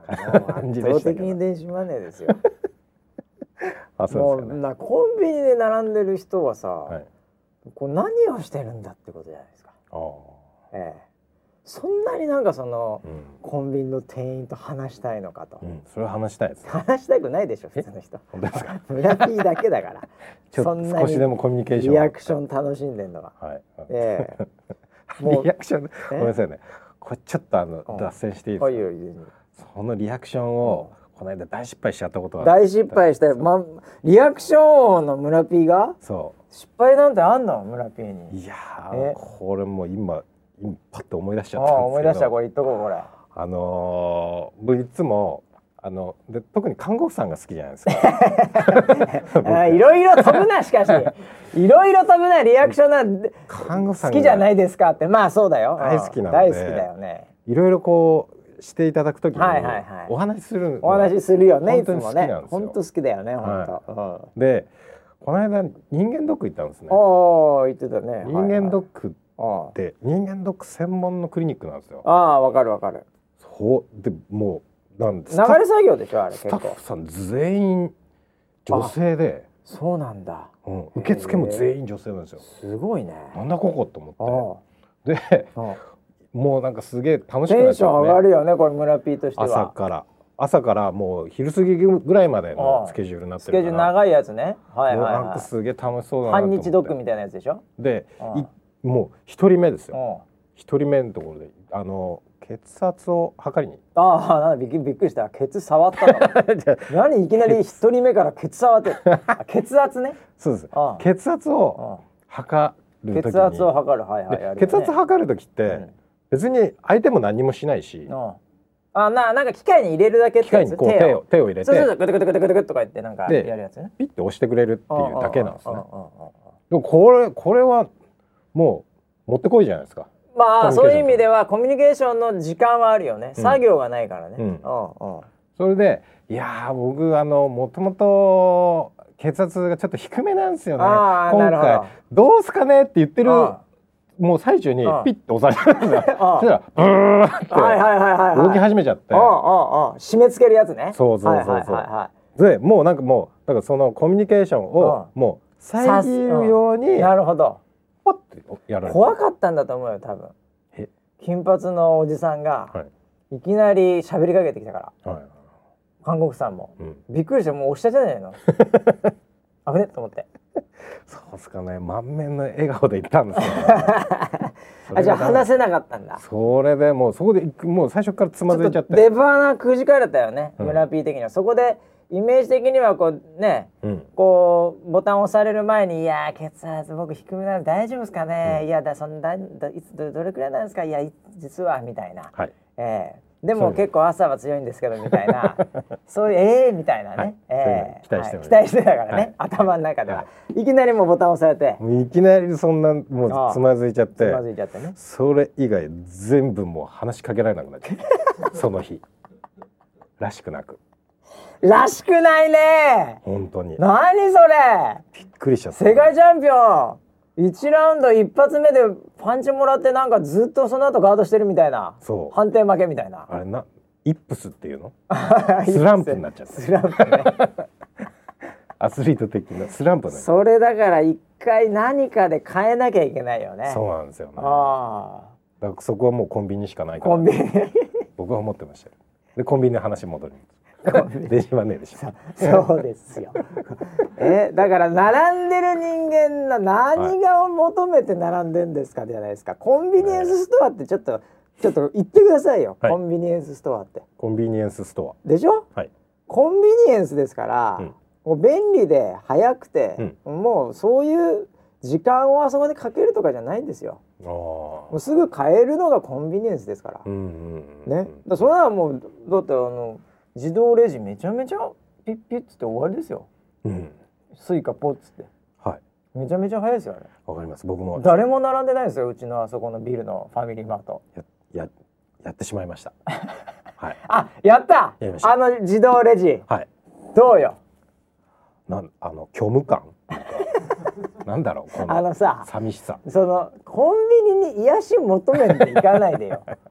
感じでしたけど。
圧倒的に電子マネーですよ。
あ、そうですかね。
もうコンビニで並んでる人はさ、
はい、
こう何をしてるんだってことじゃないですか。そんなになんかその、コンビニの店員と話したいのかと、
それは話したいです、ね、
話したくないでしょ普通の人。
本当ですか。
村 P だけだから
そんなに少しでもコミュニケーション
リアクション楽しんでんのが、
はい、
もう
リアクションごめんなさいね、これちょっと脱線していいですか。そのリアクションをこの間大失敗しちゃったことが
大失敗したよ、リアクション王の村 P が
そう
失敗なんてあんの村 P に。
いやこれもう今パッと思い出しちゃったんですけど。
思い出した。これ言っとこう。これ
僕いつもで特に看護婦さんが好きじゃないですか。
いろいろ飛ぶなしかしいろいろ飛ぶなリアクションな
看護婦さん
好きじゃないですかって。まあそうだよ、
大好きなので
大好きだよね。
いろいろこうしていただくときにお話しする
よね。いつもね本当好きだよね本当。
でこの間人間ドック行ったんですね。
言ってたね。
人間ドックって人間ドック専門のクリニックなんですよ。
わかるわかる。
そうでもうなんです
流れ作業でしょあれ。結構
スタッフさん全員女性で。
そうなんだ。
受付も全員女性なんですよ。
すごいね。
なんだここと思ってでもうなんかすげえ楽しくなっちゃって、
テンション上がるよねこれ村 P としては。
朝からもう昼過ぎぐらいまでのスケジュールになってるから。
スケジュール長いやつね。
なんかすげえ楽しそうだなと思って。
半日ドックみたいなやつでしょ。
でもう一人目ですよ。一人目のところで血圧を測りに。
なんだびっくりした。ケツ触ったの。何いきなり一人目からケツ触って。血圧ね。
そうです。血圧を測る時に。
血圧を測る。
血圧測る時って別に相手も何もしないし。
なんか機械に入れるだけってやつ。
機械にこう手を入れて。
そうグテグテグテグテとか言ってなんかやるやつね。
ピッて押してくれるっていうだけなんですね。でもこれはもう持ってこいじゃないですか。
そういう意味ではコミュニケーションの時間はあるよね。作業がないからね。
それで僕もともと血圧がちょっと低めなんですよね。今回どうすかねって言ってるもう最中にピッて押されたんですよ。そしたらブーって動き始めちゃって、
締め付けるやつね。
そうでもうだからそのコミュニケーションをもう遮るように、
なるほど、
パッてやられる。
怖かったんだと思うよ多分。金髪のおじさんがいきなり喋りかけてきたから、看護婦さんもびっくりしてもう押しちゃったじゃないの。危ねと思って。
そうですかね、満面の笑顔で言ったんですけど、
じゃあ話せなかったんだ。
それでもうそこでもう最初からつまずいちゃって、
出花くじかれたよね、村 P 的には。そこでイメージ的にはこうね、こうボタン押される前に「いや血圧僕低めなの大丈夫ですかね、いやそんないつどれくらいなんですか、いや実は」みたいな、でも結構朝は強いんですけどみたいなそういうみたいなね、期待してたからね、頭の中ではいきなりもうボタン押されて、
いきなりそんなもうつまずいちゃって、
ね、
それ以外全部もう話しかけられなくなっちゃってその日らしくなく。
らしくないね
本当に。
何それ、
びっくりしちゃった。
世界チャンピオン1ラウンド一発目でパンチもらってなんかずっとその後ガードしてるみたいな。そう判定負けみたいな。
あれイップスっていうのスランプになっちゃった。
スランプね
アスリート的なスランプね。
それだから一回何かで変えなきゃいけないよね。
そうなんですよね。だからそこはもうコンビニしかないから、
コンビニ
僕は思ってましたよ。でコンビニの話戻ります。電子マネーでしょ。
そうですよ。だから並んでる人間の何が求めて並んでんですかじゃないですか。コンビニエンスストアってちょっと言ってくださいよ。コンビニエンスストアって。
コンビニエンスストア。
でしょ。
はい。
コンビニエンスですから、もう便利で早くて、もうそういう時間をあそこでかけるとかじゃないんですよ。もうすぐ買えるのがコンビニエンスですから。ね。それはもうだって自動レジめちゃめちゃピッピッつって終わりですよ。スイカポッつって。はい。めちゃめちゃ早いですよあれ。
わかります。僕も。
誰も並んでないですよ。うちのあそこのビルのファミリーマート。
やってしまいました。はい。
やった。自動レジ。はい。どうよ。
虚無感。なんだろうこの寂しさ。
コンビニに癒し求めていかないでよ。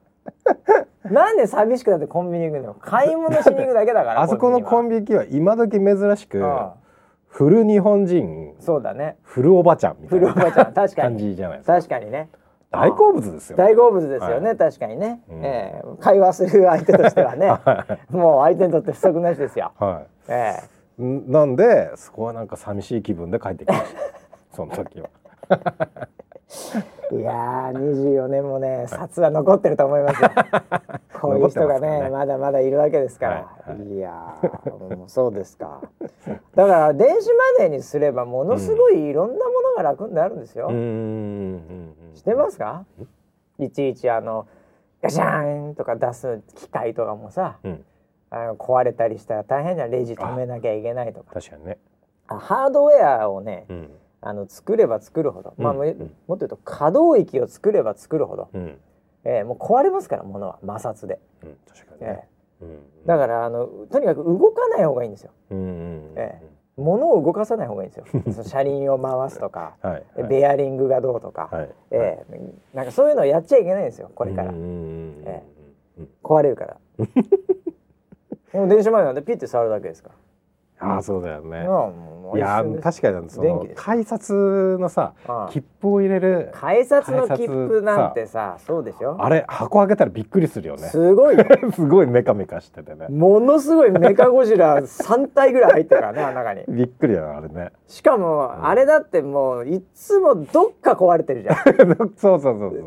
なんで寂しくなってコンビニ行くの？買い物しに行くだけだから。
あそこのコンビニは今時珍しくフル日本人、
そうだね、
フルおばちゃんみたいな感じじゃないですか。
確かにね、
大好物ですよ、
大好物ですよね、確かにね、会話する相手としてはねもう相手にとって不足なしですよ。
なんでそこはなんか寂しい気分で帰ってきましたその時は。
いやー、24年もね、札は残ってると思いますよ。こういう人がね、まだまだいるわけですから。いやー、そうですか。だから電子マネーにすればものすごいいろんなものが楽になるんですよ。知ってますか？いちいちガシャーンとか出す機械とかもさ、壊れたりしたら大変じゃん。レジ止めなきゃいけないとか。
確かにね。
ハードウェアをね、作れば作るほど、もっと言うと可動域を作れば作るほど、もう壊れますから、物は摩擦で。
確かにね。
だからとにかく動かない方がいいんですよ。物を動かさない方がいいんですよ。車輪を回すとか、ベアリングがどうとか、なんかそういうのをやっちゃいけないんですよ、これから。壊れるから。もう電子マネーなんでピッて触るだけですから。
ああ、そうだよね。いや確かにその改札のさ、切符を入れる
改札の切符なんてさ、そうでしょ。
あれ箱開けたらびっくりするよね。
すごいよ
すごいメカメカしててね。
ものすごいメカゴジラ3体ぐらい入ってるからね、あの中に。
びっくりだよあれね。
しかもあれだってもういつもどっか壊れてるじゃん。そう。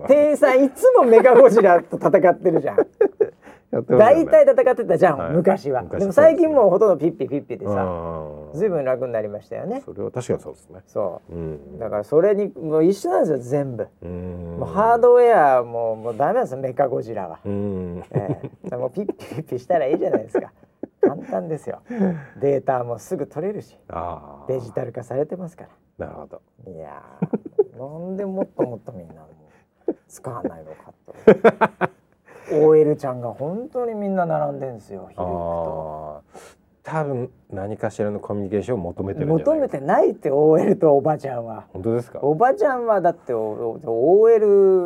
店員さんいつもメカゴジラと戦ってるじゃん。大体戦ってたじゃん、昔は。でも最近もうほとんどピッピピッピでさ、ずいぶん楽になりましたよね。
それは確かにそうですね。
そう、だからそれにもう一緒なんですよ、全部。もうハードウェアもうダメなんですよ、メカゴジラは。もうピッピピッピしたらいいじゃないですか。簡単ですよ。データもすぐ取れるし、デジタル化されてますから。
なるほど。
いやなんでもっともっとみんなもう使わないのかと。OL ちゃんが本当にみんな並んでんですよ、昼行くと。
多分何かしらのコミュニケーションを求めてるんじゃないか。
求めてないって OL とおばちゃんは。
本当ですか？
おばちゃんはだって OL、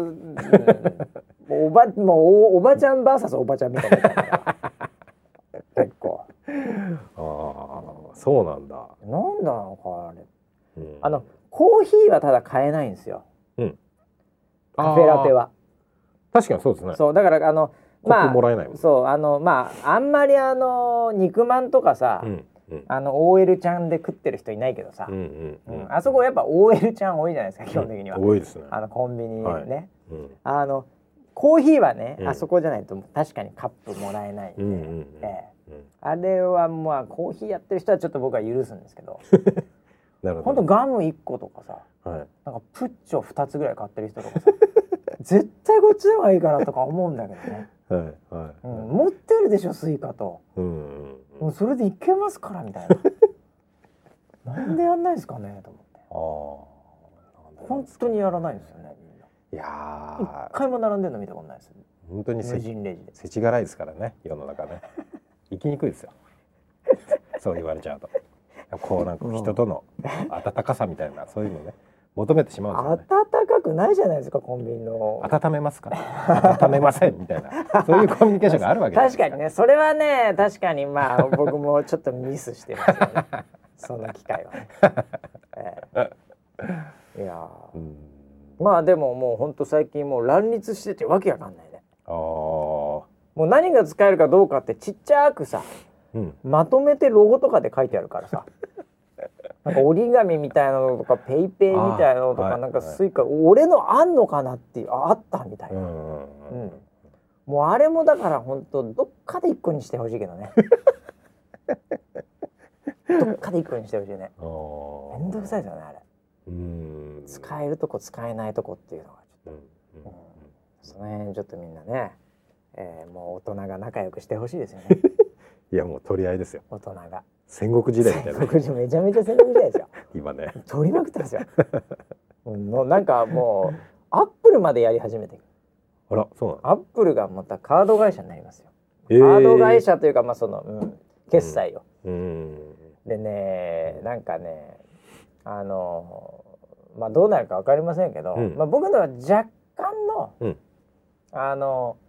もうおばちゃん VS おばちゃんみたいな結構。
そうなんだ。
なんだろうかあれ。コーヒーはただ買えないんですよ。カフェラテは。
確かにそうですね。
そうだから
まあもらえないもん。
そうまああんまり肉まんとかさ、OL ちゃんで食ってる人いないけどさ、あそこやっぱ OL ちゃん多いじゃないですか、基本的には。
多いですね。
コンビニね。コーヒーはね、あそこじゃないと確かにカップもらえないんで、あれはまあコーヒーやってる人はちょっと僕は許すんですけど。ほんとガム1個とかさ、なんかプッチョ2つぐらい買ってる人とかさ。絶対こっちの方がいいかなとか思うんだけどね。持ってるでしょスイカと。もうそれでいけますからみたいな。なんでやんないですかねと思って。本当にやらないんですよね、みんな。
いや
一回も並んでるの見たことないです。
本当に
無人レジで
世知辛いですからね、世の中ね。生きにくいですよ。そう言われちゃうと。こうなんか人との温かさみたいな、そういうのね求めてしまうんですよね。
暖かくないじゃないですか、コンビニの。
温めますか温めませんみたいな、そういうコミュニケーションがあるわけです。
確かにね、それはね、確かにまあ僕もちょっとミスしてますよね。その機会はね。いやまあでももう本当最近もう乱立しててわけわかんないね。もう何が使えるかどうかってちっちゃくさ、まとめてロゴとかで書いてあるからさ。なんか折り紙みたいなのとかペイペイみたいなのとか、なんかスイカ、俺のあんのかなっていう、あったみたいな。もうあれもだから本当どっかで一個にしてほしいけどね。どっかで一個にしてほしいね。めんどくさいですよね、あれ。使えるとこ使えないとこっていうのがちょっと、その辺ちょっとみんなね、もう大人が仲良くしてほしいですよね。
いやもう取り合いですよ、大
人が。
戦国時代みたいな。
戦国時代、めちゃめちゃ戦国時代ですよ。
今ね
取りまくってますよ。もうなんかもうアップルまでやり始めて。
あら、そうなの。
アップルがまたカード会社になりますよ。カード会社というかまあその、決済を。でね、なんかね、まあどうなるかわかりませんけど、まあ僕のは若干の、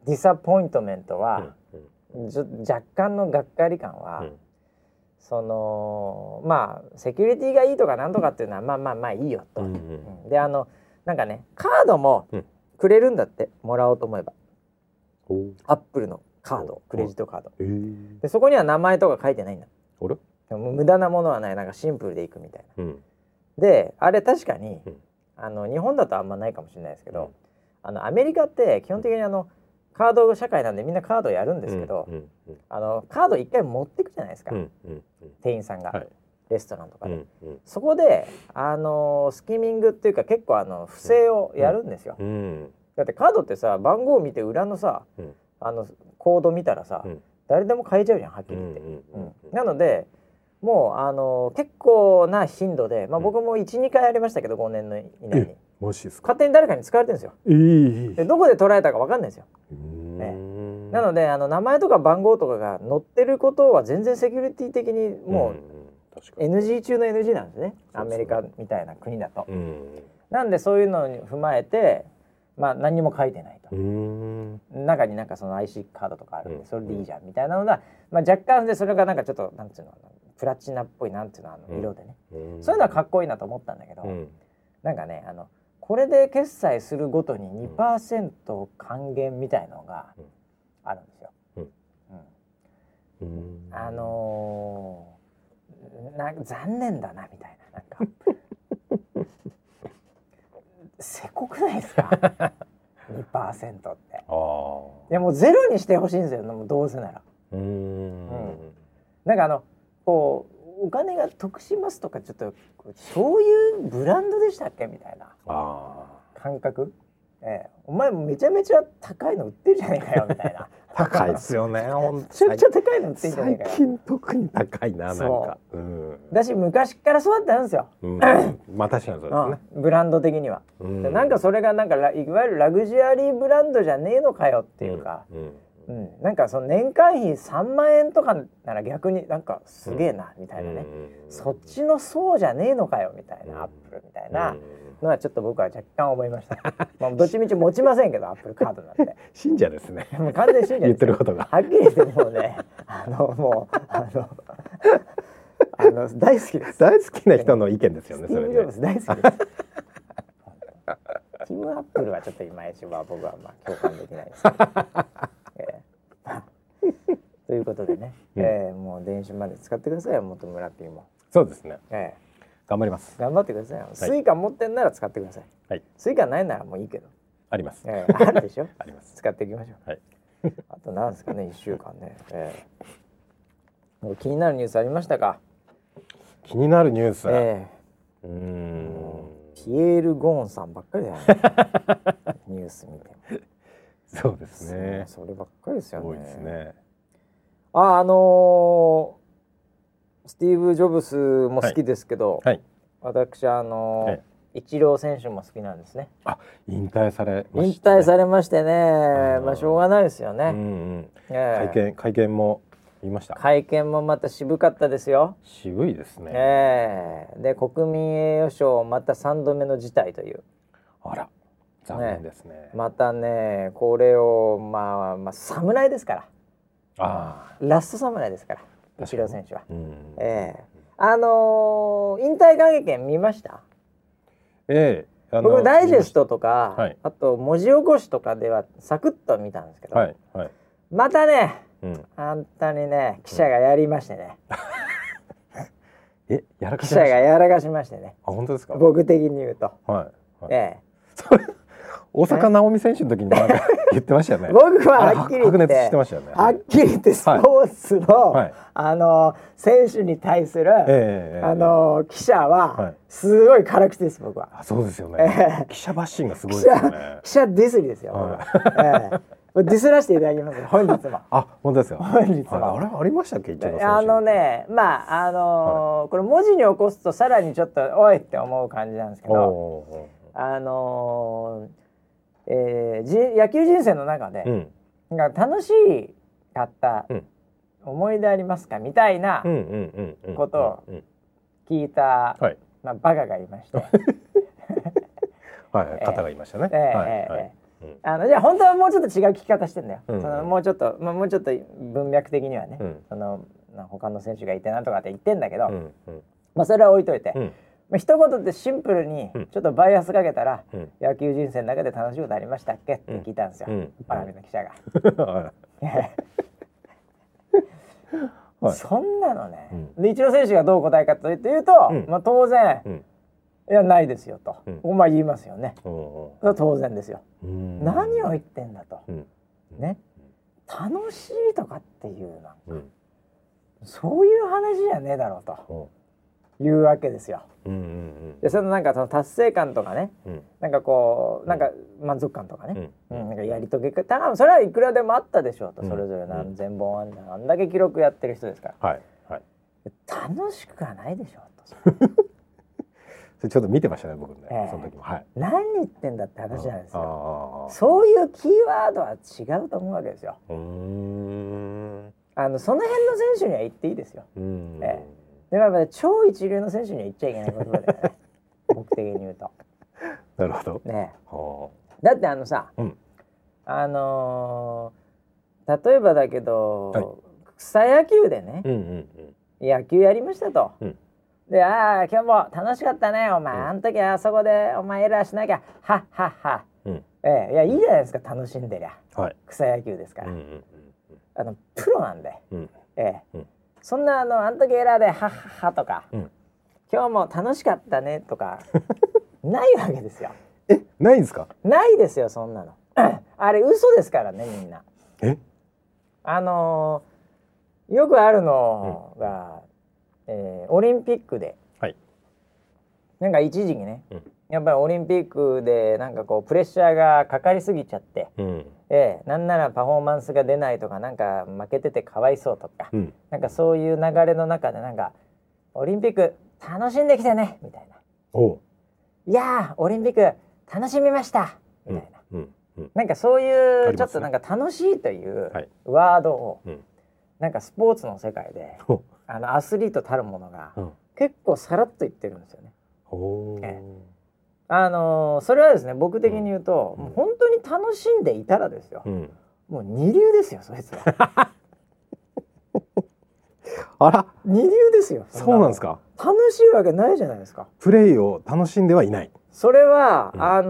ディサポイントメントは、若干のがっかり感は、そのまあセキュリティがいいとかなんとかっていうのはまあいいよと。でなんかねカードもくれるんだって、もらおうと思えば。アップルのカード、クレジットカード。でそこには名前とか書いてないんだ。でも無駄なものはない、なんかシンプルでいくみたいな。であれ確かに、日本だとあんまないかもしれないですけど、アメリカって基本的にカード社会なんでみんなカードやるんですけど、カード一回持ってくじゃないですか、店員さんが、レストランとかで、そこでスキミングっていうか結構不正をやるんですよ。だってカードってさ、番号を見て裏のさ、コード見たらさ、誰でも買えちゃうじゃん、はっきり言って。なのでもう結構な頻度で、僕も 1,2 回ありましたけど5年の以内に勝手に誰かに使われてるんですよ。でどこで取られたか分かんないですよ。なので名前とか番号とかが載ってることは全然セキュリティ的にもう NG 中の NG なんですね、アメリカみたいな国だと。なんでそういうのに踏まえて何にも書いてないと。中になんかその IC カードとかあるんでそれでいいじゃんみたいなのが、若干でそれがなんかちょっとなんていうのプラチナっぽいなんていうの色でね、そういうのはかっこいいなと思ったんだけど、なんかねこれで決済するごとに 2% 還元みたいのがあるんですよ。なんか残念だなみたいな、なんかせこくないですか2% って。でもゼロにしてほしいんですよ、どうせなら。なんかこうお金が得しますとか、ちょっとそういうブランドでしたっけみたいな感覚。お前めちゃめちゃ高いの売ってるじゃねえかよみたいな。
高いですよね。め
ちゃくちゃ高いの売ってるじゃねえかよ。
最近特に高いな、なんか。
だし昔からそうだったんですよ。
まあ確かにそうですね。
ブランド的には。なんかそれがなんかいわゆるラグジュアリーブランドじゃねえのかよっていうか。なんかその年間費3万円とかなら逆になんかすげえなみたいなね、そっちのそうじゃねえのかよみたいな、アップルみたいなのはちょっと僕は若干思いました。どっちみち持ちませんけど、アップルカードなんて
信者ですね。
もう完全に信者です。
言ってることが
はっきり言ってもうね、もう大好きです。
大好きな人の意見ですよね。
それね。大好きです。ティム・アップルはちょっといまいちは僕は共感できないですけど。ということでね、もう電子マネー使ってくださいよ、元村 P も。
そうですね。頑張ります。
頑張ってくださいよ。スイカ持ってんなら使ってください。スイカないならもういいけど。
あります。
あるでしょ。
あります。
使っていきましょう。あとなんですかね、1週間ね。気になるニュースありましたか。
気になるニュース。
ピエール・ゴーンさんばっかりだよね。ニュース見ても。
そうですね。
そればっかりですよね。
多いですね。
スティーブ・ジョブスも好きですけど、私イチロー選手も好きなんですね。
引退されま
したね。引退されましてね、しょうがないですよね。
会見も見ました。
会見もまた渋かったですよ。
渋いですね。
で国民栄誉賞また3度目の辞退という。
あら、残念ですね。
またね、これを侍ですから。ラスト侍ですから。イチロー選手は。引退会見見ました？僕ダイジェストとか、あと文字起こしとかではサクッと見たんですけど、またね、本当にね、記者がやりましてね。記者がやらかしましてね。
本当ですか？
僕的に言うと。
大坂なおみ選手の時になんか言ってましたよね。
僕ははっきり言って、はっきり言ってスポーツの選手に対する記者はすごい辛口です、僕は。
そうですよね。記者バッシングがすごいですよね。
記者ディスリですよ。ディスらせていただきます。本日も。
本当ですよ。
本日も。
あれありましたっけ？
これ文字に起こすとさらにちょっとおいって思う感じなんですけど、野球人生の中で、楽しかった思い出ありますかみたいなことを聞いたバカがいまして、
方がいましたね。
じゃあ本当はもうちょっと違う聞き方してんだよ、そのもうちょっと文脈的にはね、その他の選手がいてなんとかって言ってんだけど、まあそれは置いといて、まあ一言でシンプルにちょっとバイアスかけたら、野球人生の中で楽しいことありましたっけって聞いたんですよ、パラビの記者が。そんなのね、でイチロー選手がどう答えかというと、まあ当然、いやないですよと、まあ言いますよね。当然ですよ。何を言ってんだと、ね、楽しいとかっていうなんか、そういう話じゃねえだろうというわけですよ。でそのなんかその達成感とかね、なんかこうなんか満足感とかね、なんかやり遂げ方、それはいくらでもあったでしょうと、それぞれ何千本あんだけ記録やってる人ですから、楽しくはないでしょうと。
それちょっと見てましたね僕ね、その時も。
何言ってんだって話なんですよ。そういうキーワードは違うと思うわけですよ。その辺の選手には言っていいですよ。でもやっぱり超一流の選手には言っちゃいけないことだよね。僕的に言うと。
なるほど。
ね。だってさ、例えばだけど、草野球でね、野球やりましたと。で、今日も楽しかったねお前、あの時あそこでお前エラーしなきゃはっはっは、いやいいじゃないですか、楽しんでりゃ、草野球ですから、プロなんで、そんなあの時エラーではっはっはとか、今日も楽しかったねとかないわけですよ。
ないんですか？
ないですよそんなの。あれ嘘ですからね、みんな。よくあるのが、オリンピックで、なんか一時期ね、やっぱりオリンピックでなんかこうプレッシャーがかかりすぎちゃって、なんならパフォーマンスが出ないとか、なんか負けててかわいそうとか、なんかそういう流れの中でなんかオリンピック楽しんできてねみたいな、いやーオリンピック楽しみましたみたいな、なんかそういうちょっとなんか楽しいというワードを、なんかスポーツの世界でアスリートたるものが結構さらっと言ってるんですよね。それはですね、僕的に言うと、もう本当に楽しんでいたらですよ、もう二流ですよそいつは。
あら、
二流ですよ。
そうなんですか？
楽しいわけないじゃないですか。
プレイを楽しんではいない。
それは、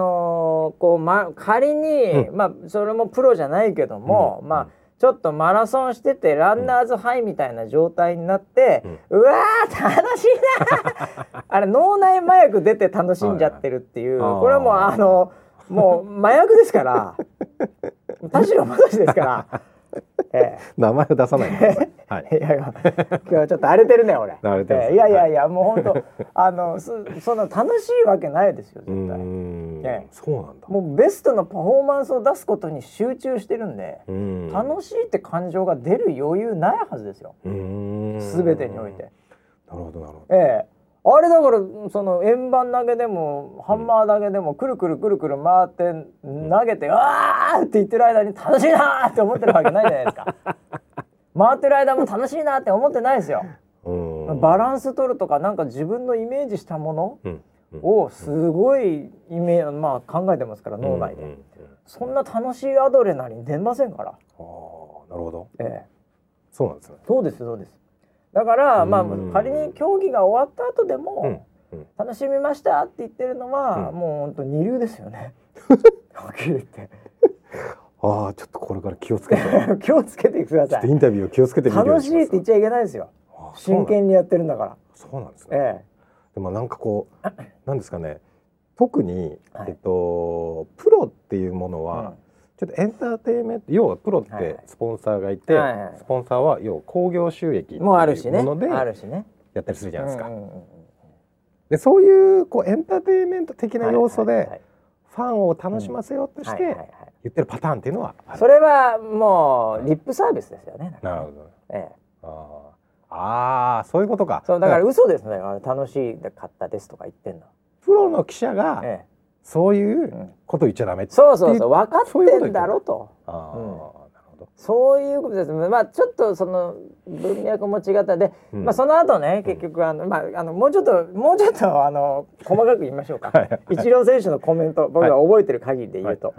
仮に、まあそれもプロじゃないけども、まあちょっとマラソンしててランナーズハイみたいな状態になって、うわー楽しいなあれ脳内麻薬出て楽しんじゃってるっていう、これはもうもう麻薬ですから田代正史ですから。
名前を出さないでください。
いやいや今日はちょっと荒れてるね俺。いやいやもう本当そんな楽しいわけないですよ絶対。
そうなんだ。
もうベストのパフォーマンスを出すことに集中してるんで、楽しいって感情が出る余裕ないはずですよ。全てにおいて。
なるほどなるほど。
あれだからその円盤投げでもハンマー投げでもくるくるくるくる回って投げて、あーって言ってる間に楽しいなーって思ってるわけないじゃないですか。回ってる間も楽しいなって思ってないですよ。バランス取るとかなんか自分のイメージしたものをすごいまあ考えてますから脳内で。そんな楽しいアドレナリン出ませんから。なる
ほど。そうなんですね。
そうですそうです。だからまあ仮に競技が終わった後でも楽しみましたって言ってるのはもう本当二流ですよね。はっきり言って。
ちょっとこれから気をつけて
気をつけてください。
インタビューを気をつけてみるようにします。
楽しいって言っちゃいけないですよ。真剣にやってるんだから。
そうなんですね。でもなんかこうなんですかね、特にプロっていうものはちょっとエンターテインメント、要はプロってスポンサーがいて、スポンサーは要は興行収益もあるしね、ものでやったりするじゃないですか。でそういうエンターテインメント的な要素でファンを楽しませようとして言ってるパターンっていうのはある。
それはもうリップサービスですよね。
なるほど。そういうことか。
そうだから嘘ですね。楽しかったですとか言ってんの。
プロの記者がそういうこと言っちゃダメって。
そう分かってんだろと。そういうことです。まあちょっとその文脈も違ったで、まあその後ね結局もうちょっと細かく言いましょうか。イチロー選手のコメント、僕が覚えてる限りで言うと、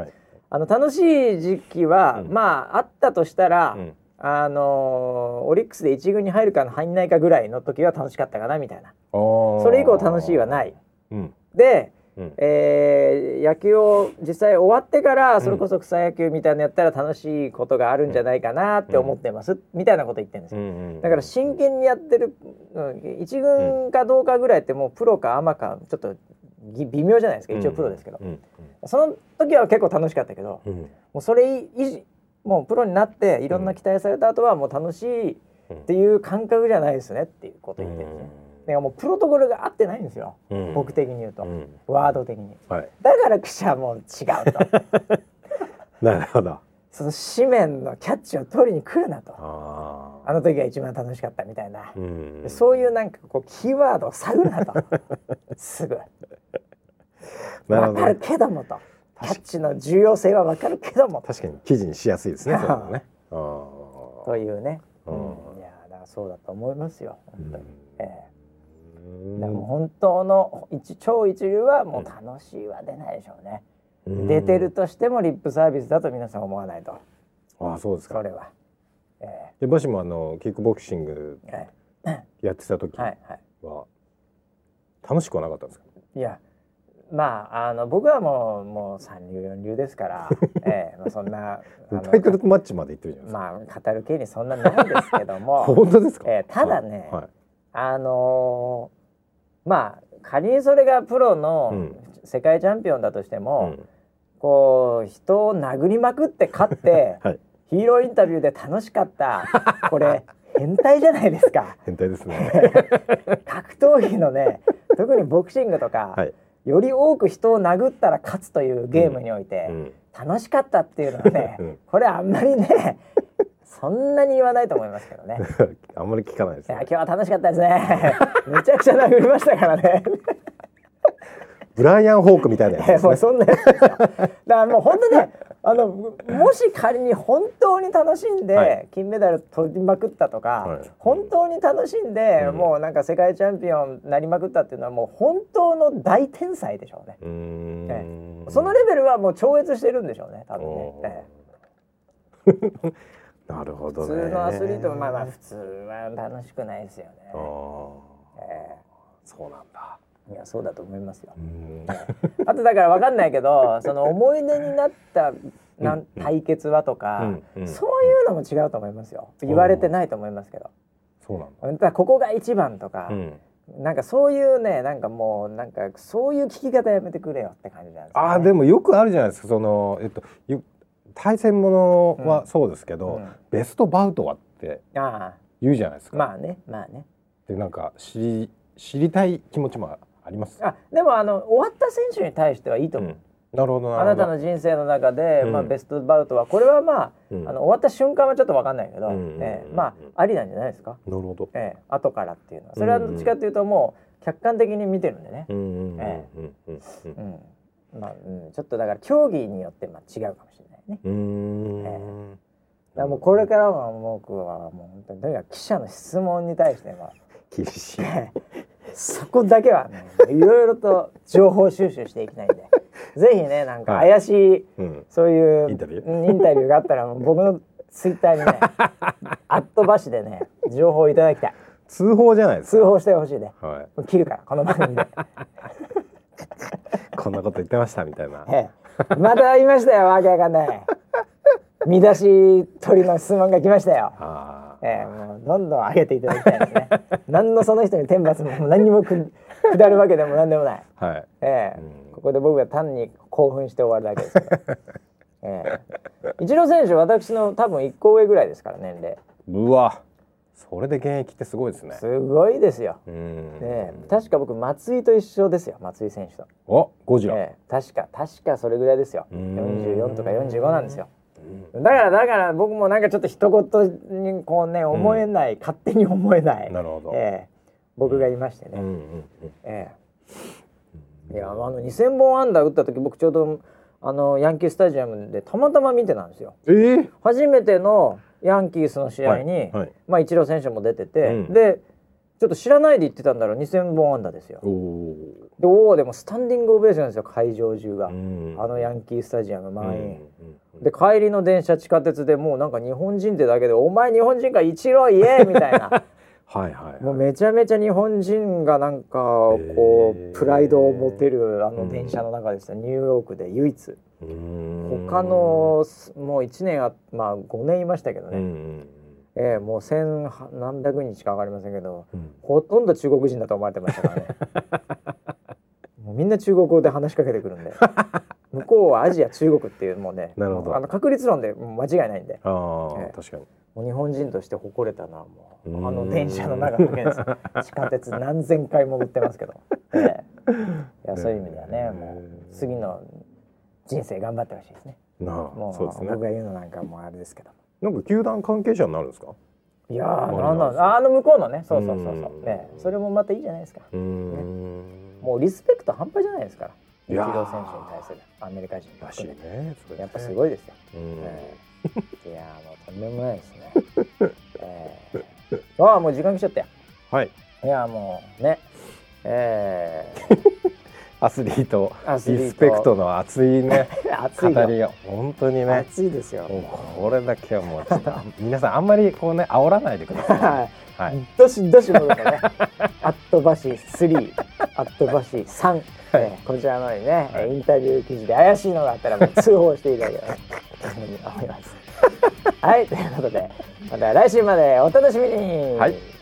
楽しい時期は、まああったとしたら、オリックスで1軍に入るか入んないかぐらいの時は楽しかったかなみたいな。それ以降楽しいはない。で、野球を実際終わってからそれこそ草野球みたいなのやったら楽しいことがあるんじゃないかなって思ってます、みたいなこと言ってるんですよ。だから真剣にやってる1軍かどうかぐらいってもうプロかアマかちょっと微妙じゃないですか。一応プロですけど、その時は結構楽しかったけど、もうそれもうプロになっていろんな期待された後はもう楽しいっていう感覚じゃないですねっていうことを言ってるんですね。だからもうプロトコルが合ってないんですよ、僕的に言うと、ワード的に、だから記者も違うと
なるほど。
その紙面のキャッチを取りに来るなと、あの時が一番楽しかったみたいな、そういうなんかこうキーワードを探るなとすぐ分かるけどもと、キャッチの重要性は分かるけども、
確かに記事にしやすいですね。そうね
というね、いやだからそうだと思いますよ本当に。でも本当の超一流はもう楽しいは出ないでしょうね。出てるとしてもリップサービスだと皆さん思わないと。
あ、そうですか。
それは。
でもしもキックボクシングやってた時は楽しくはなかったんですか。
いや、まあ僕はもう三流四流ですから、まあそんな
タイトルマッチまで行ってるじゃないですか。
まあ語る系にそんなないですけども。
本当ですか。
ただね、まあ仮にそれがプロの世界チャンピオンだとしても、こう人を殴りまくって勝って、ヒーローインタビューで楽しかったこれ変態じゃないですか。
変態ですね。
格闘技のね、特にボクシングとか、より多く人を殴ったら勝つというゲームにおいて、楽しかったっていうのはね、これあんまりねそんなに言わないと思いますけどね。
あんまり聞かないですね。
今日は楽しかったですね。めちゃくちゃ殴りましたからね。
ブライアン・ホークみたいなやつですね。
もうそんなやつですよ。だからもう本当ね、もし仮に本当に楽しんで金メダル取りまくったとか、本当に楽しんで、もうなんか世界チャンピオンになりまくったっていうのはもう本当の大天才でしょうね。そのレベルはもう超越してるんでしょうね、多分ね。
なるほどね。
普通のアスリートもまあ普通は楽しくないですよね。
そうなんだ。
いや、そうだと思いますよ。あとだから分かんないけど、その思い出になった対決はとか、そういうのも違うと思いますよ。言われてないと思いますけど。
そうなんだ。
だからここが一番とか、なんかそういうね、なんかもうなんかそういう聞き方やめてくれよって感じなんですよね。
あ、でもよくあるじゃないですか。その対戦ものはそうですけど、ベストバウトはって言うじゃないですか。
まあね、まあね。
でなんか知りたい気持ちもあります。
でも終わった選手に対してはいいと思う。
なるほど。
あなたの人生の中で、まあベストバウトはこれはまあ、終わった瞬間はちょっと分かんないけど、まあありなんじゃないですか。
なるほど。
後からっていうのはそれはどっちかというともう客観的に見てるんでね。まあちょっとだから競技によってまあ違うかもしれないね。だからもうこれからは僕はもう本当にとにかく記者の質問に対しては
厳しい。
そこだけはね、いろいろと情報収集していきたいんで、ぜひね、なんか怪しい、そういうインタビューがあったら僕のツイッターにね@でね情報をいただきたい。
通報じゃないですか。
通報してほしいね。切るからこの番組で。
こんなこと言ってましたみたいな。
また言いましたよ、わけわかんない。見出し取りの質問が来ましたよ。もうどんどん上げていただきたいですね。何のその人に天罰も何にも下るわけでも何でもない。ここで僕が単に興奮して終わるだけですから。イチロー選手、私の多分1個上ぐらいですから年齢。
うわ、それで現役ってすごいですね。
すごいですよ。確か僕松井と一緒ですよ、松井選手と。
お、ゴジラ。
確かそれぐらいですよ。44とか45なんですよ。だから僕もなんかちょっと一言にこうね思えない、勝手に思えない。
なるほど。
僕がいましてね。いや2000本安打打った時、僕ちょうどヤンキースタジアムでたまたま見てたんですよ。初めてのヤンキースの試合に、まあイチロー選手も出てて、でちょっと知らないで言ってたんだろう。2000本安打ですよ。でもスタンディングオベーションですよ、会場中が。ヤンキースタジアム満員、で帰りの電車地下鉄でもうなんか日本人ってだけでお前日本人かイチローイエーみたいなはいはい、はい、もうめちゃめちゃ日本人がなんかこうプライドを持てる電車の中ですね、ニューヨークで唯一。他のもう1年5年いましたけどね、もう千何百日か分かりませんけど、ほとんど中国人だと思われてましたからねもうみんな中国語で話しかけてくるんで向こうはアジア中国っていうもうね、なるほど、確率論で間違いないんで、確かにもう日本人として誇れたな。もう電車の中だけです地下鉄何千回も売ってますけど、いやそういう意味ではね、もう次の人生頑張ってほしいですね。もうそうですね、僕が言うのなんかもうあれですけど、
なんか球団関係者になるんですか？
いやー、向こうのね、そうね、それもまたいいじゃないですか。もうリスペクト半端じゃないですから、イチロー選手に対するアメリカ人らしいね。やっぱすごいですよ。いやーもうとんでもないですね。もう時間来ちゃったよ。はい。いやもうね、
アスリートリスペクトの熱いね語りが本当にね
熱いですよ。
これだけはもうちょっと皆さんあんまりこうね煽らないでください。
はい。どしどしもですね。アットバシ3、アットバシ3、こちらのにね、インタビュー記事で怪しいのがあったらもう通報していただければと思います。はい、ということでまた来週までお楽しみに。はい。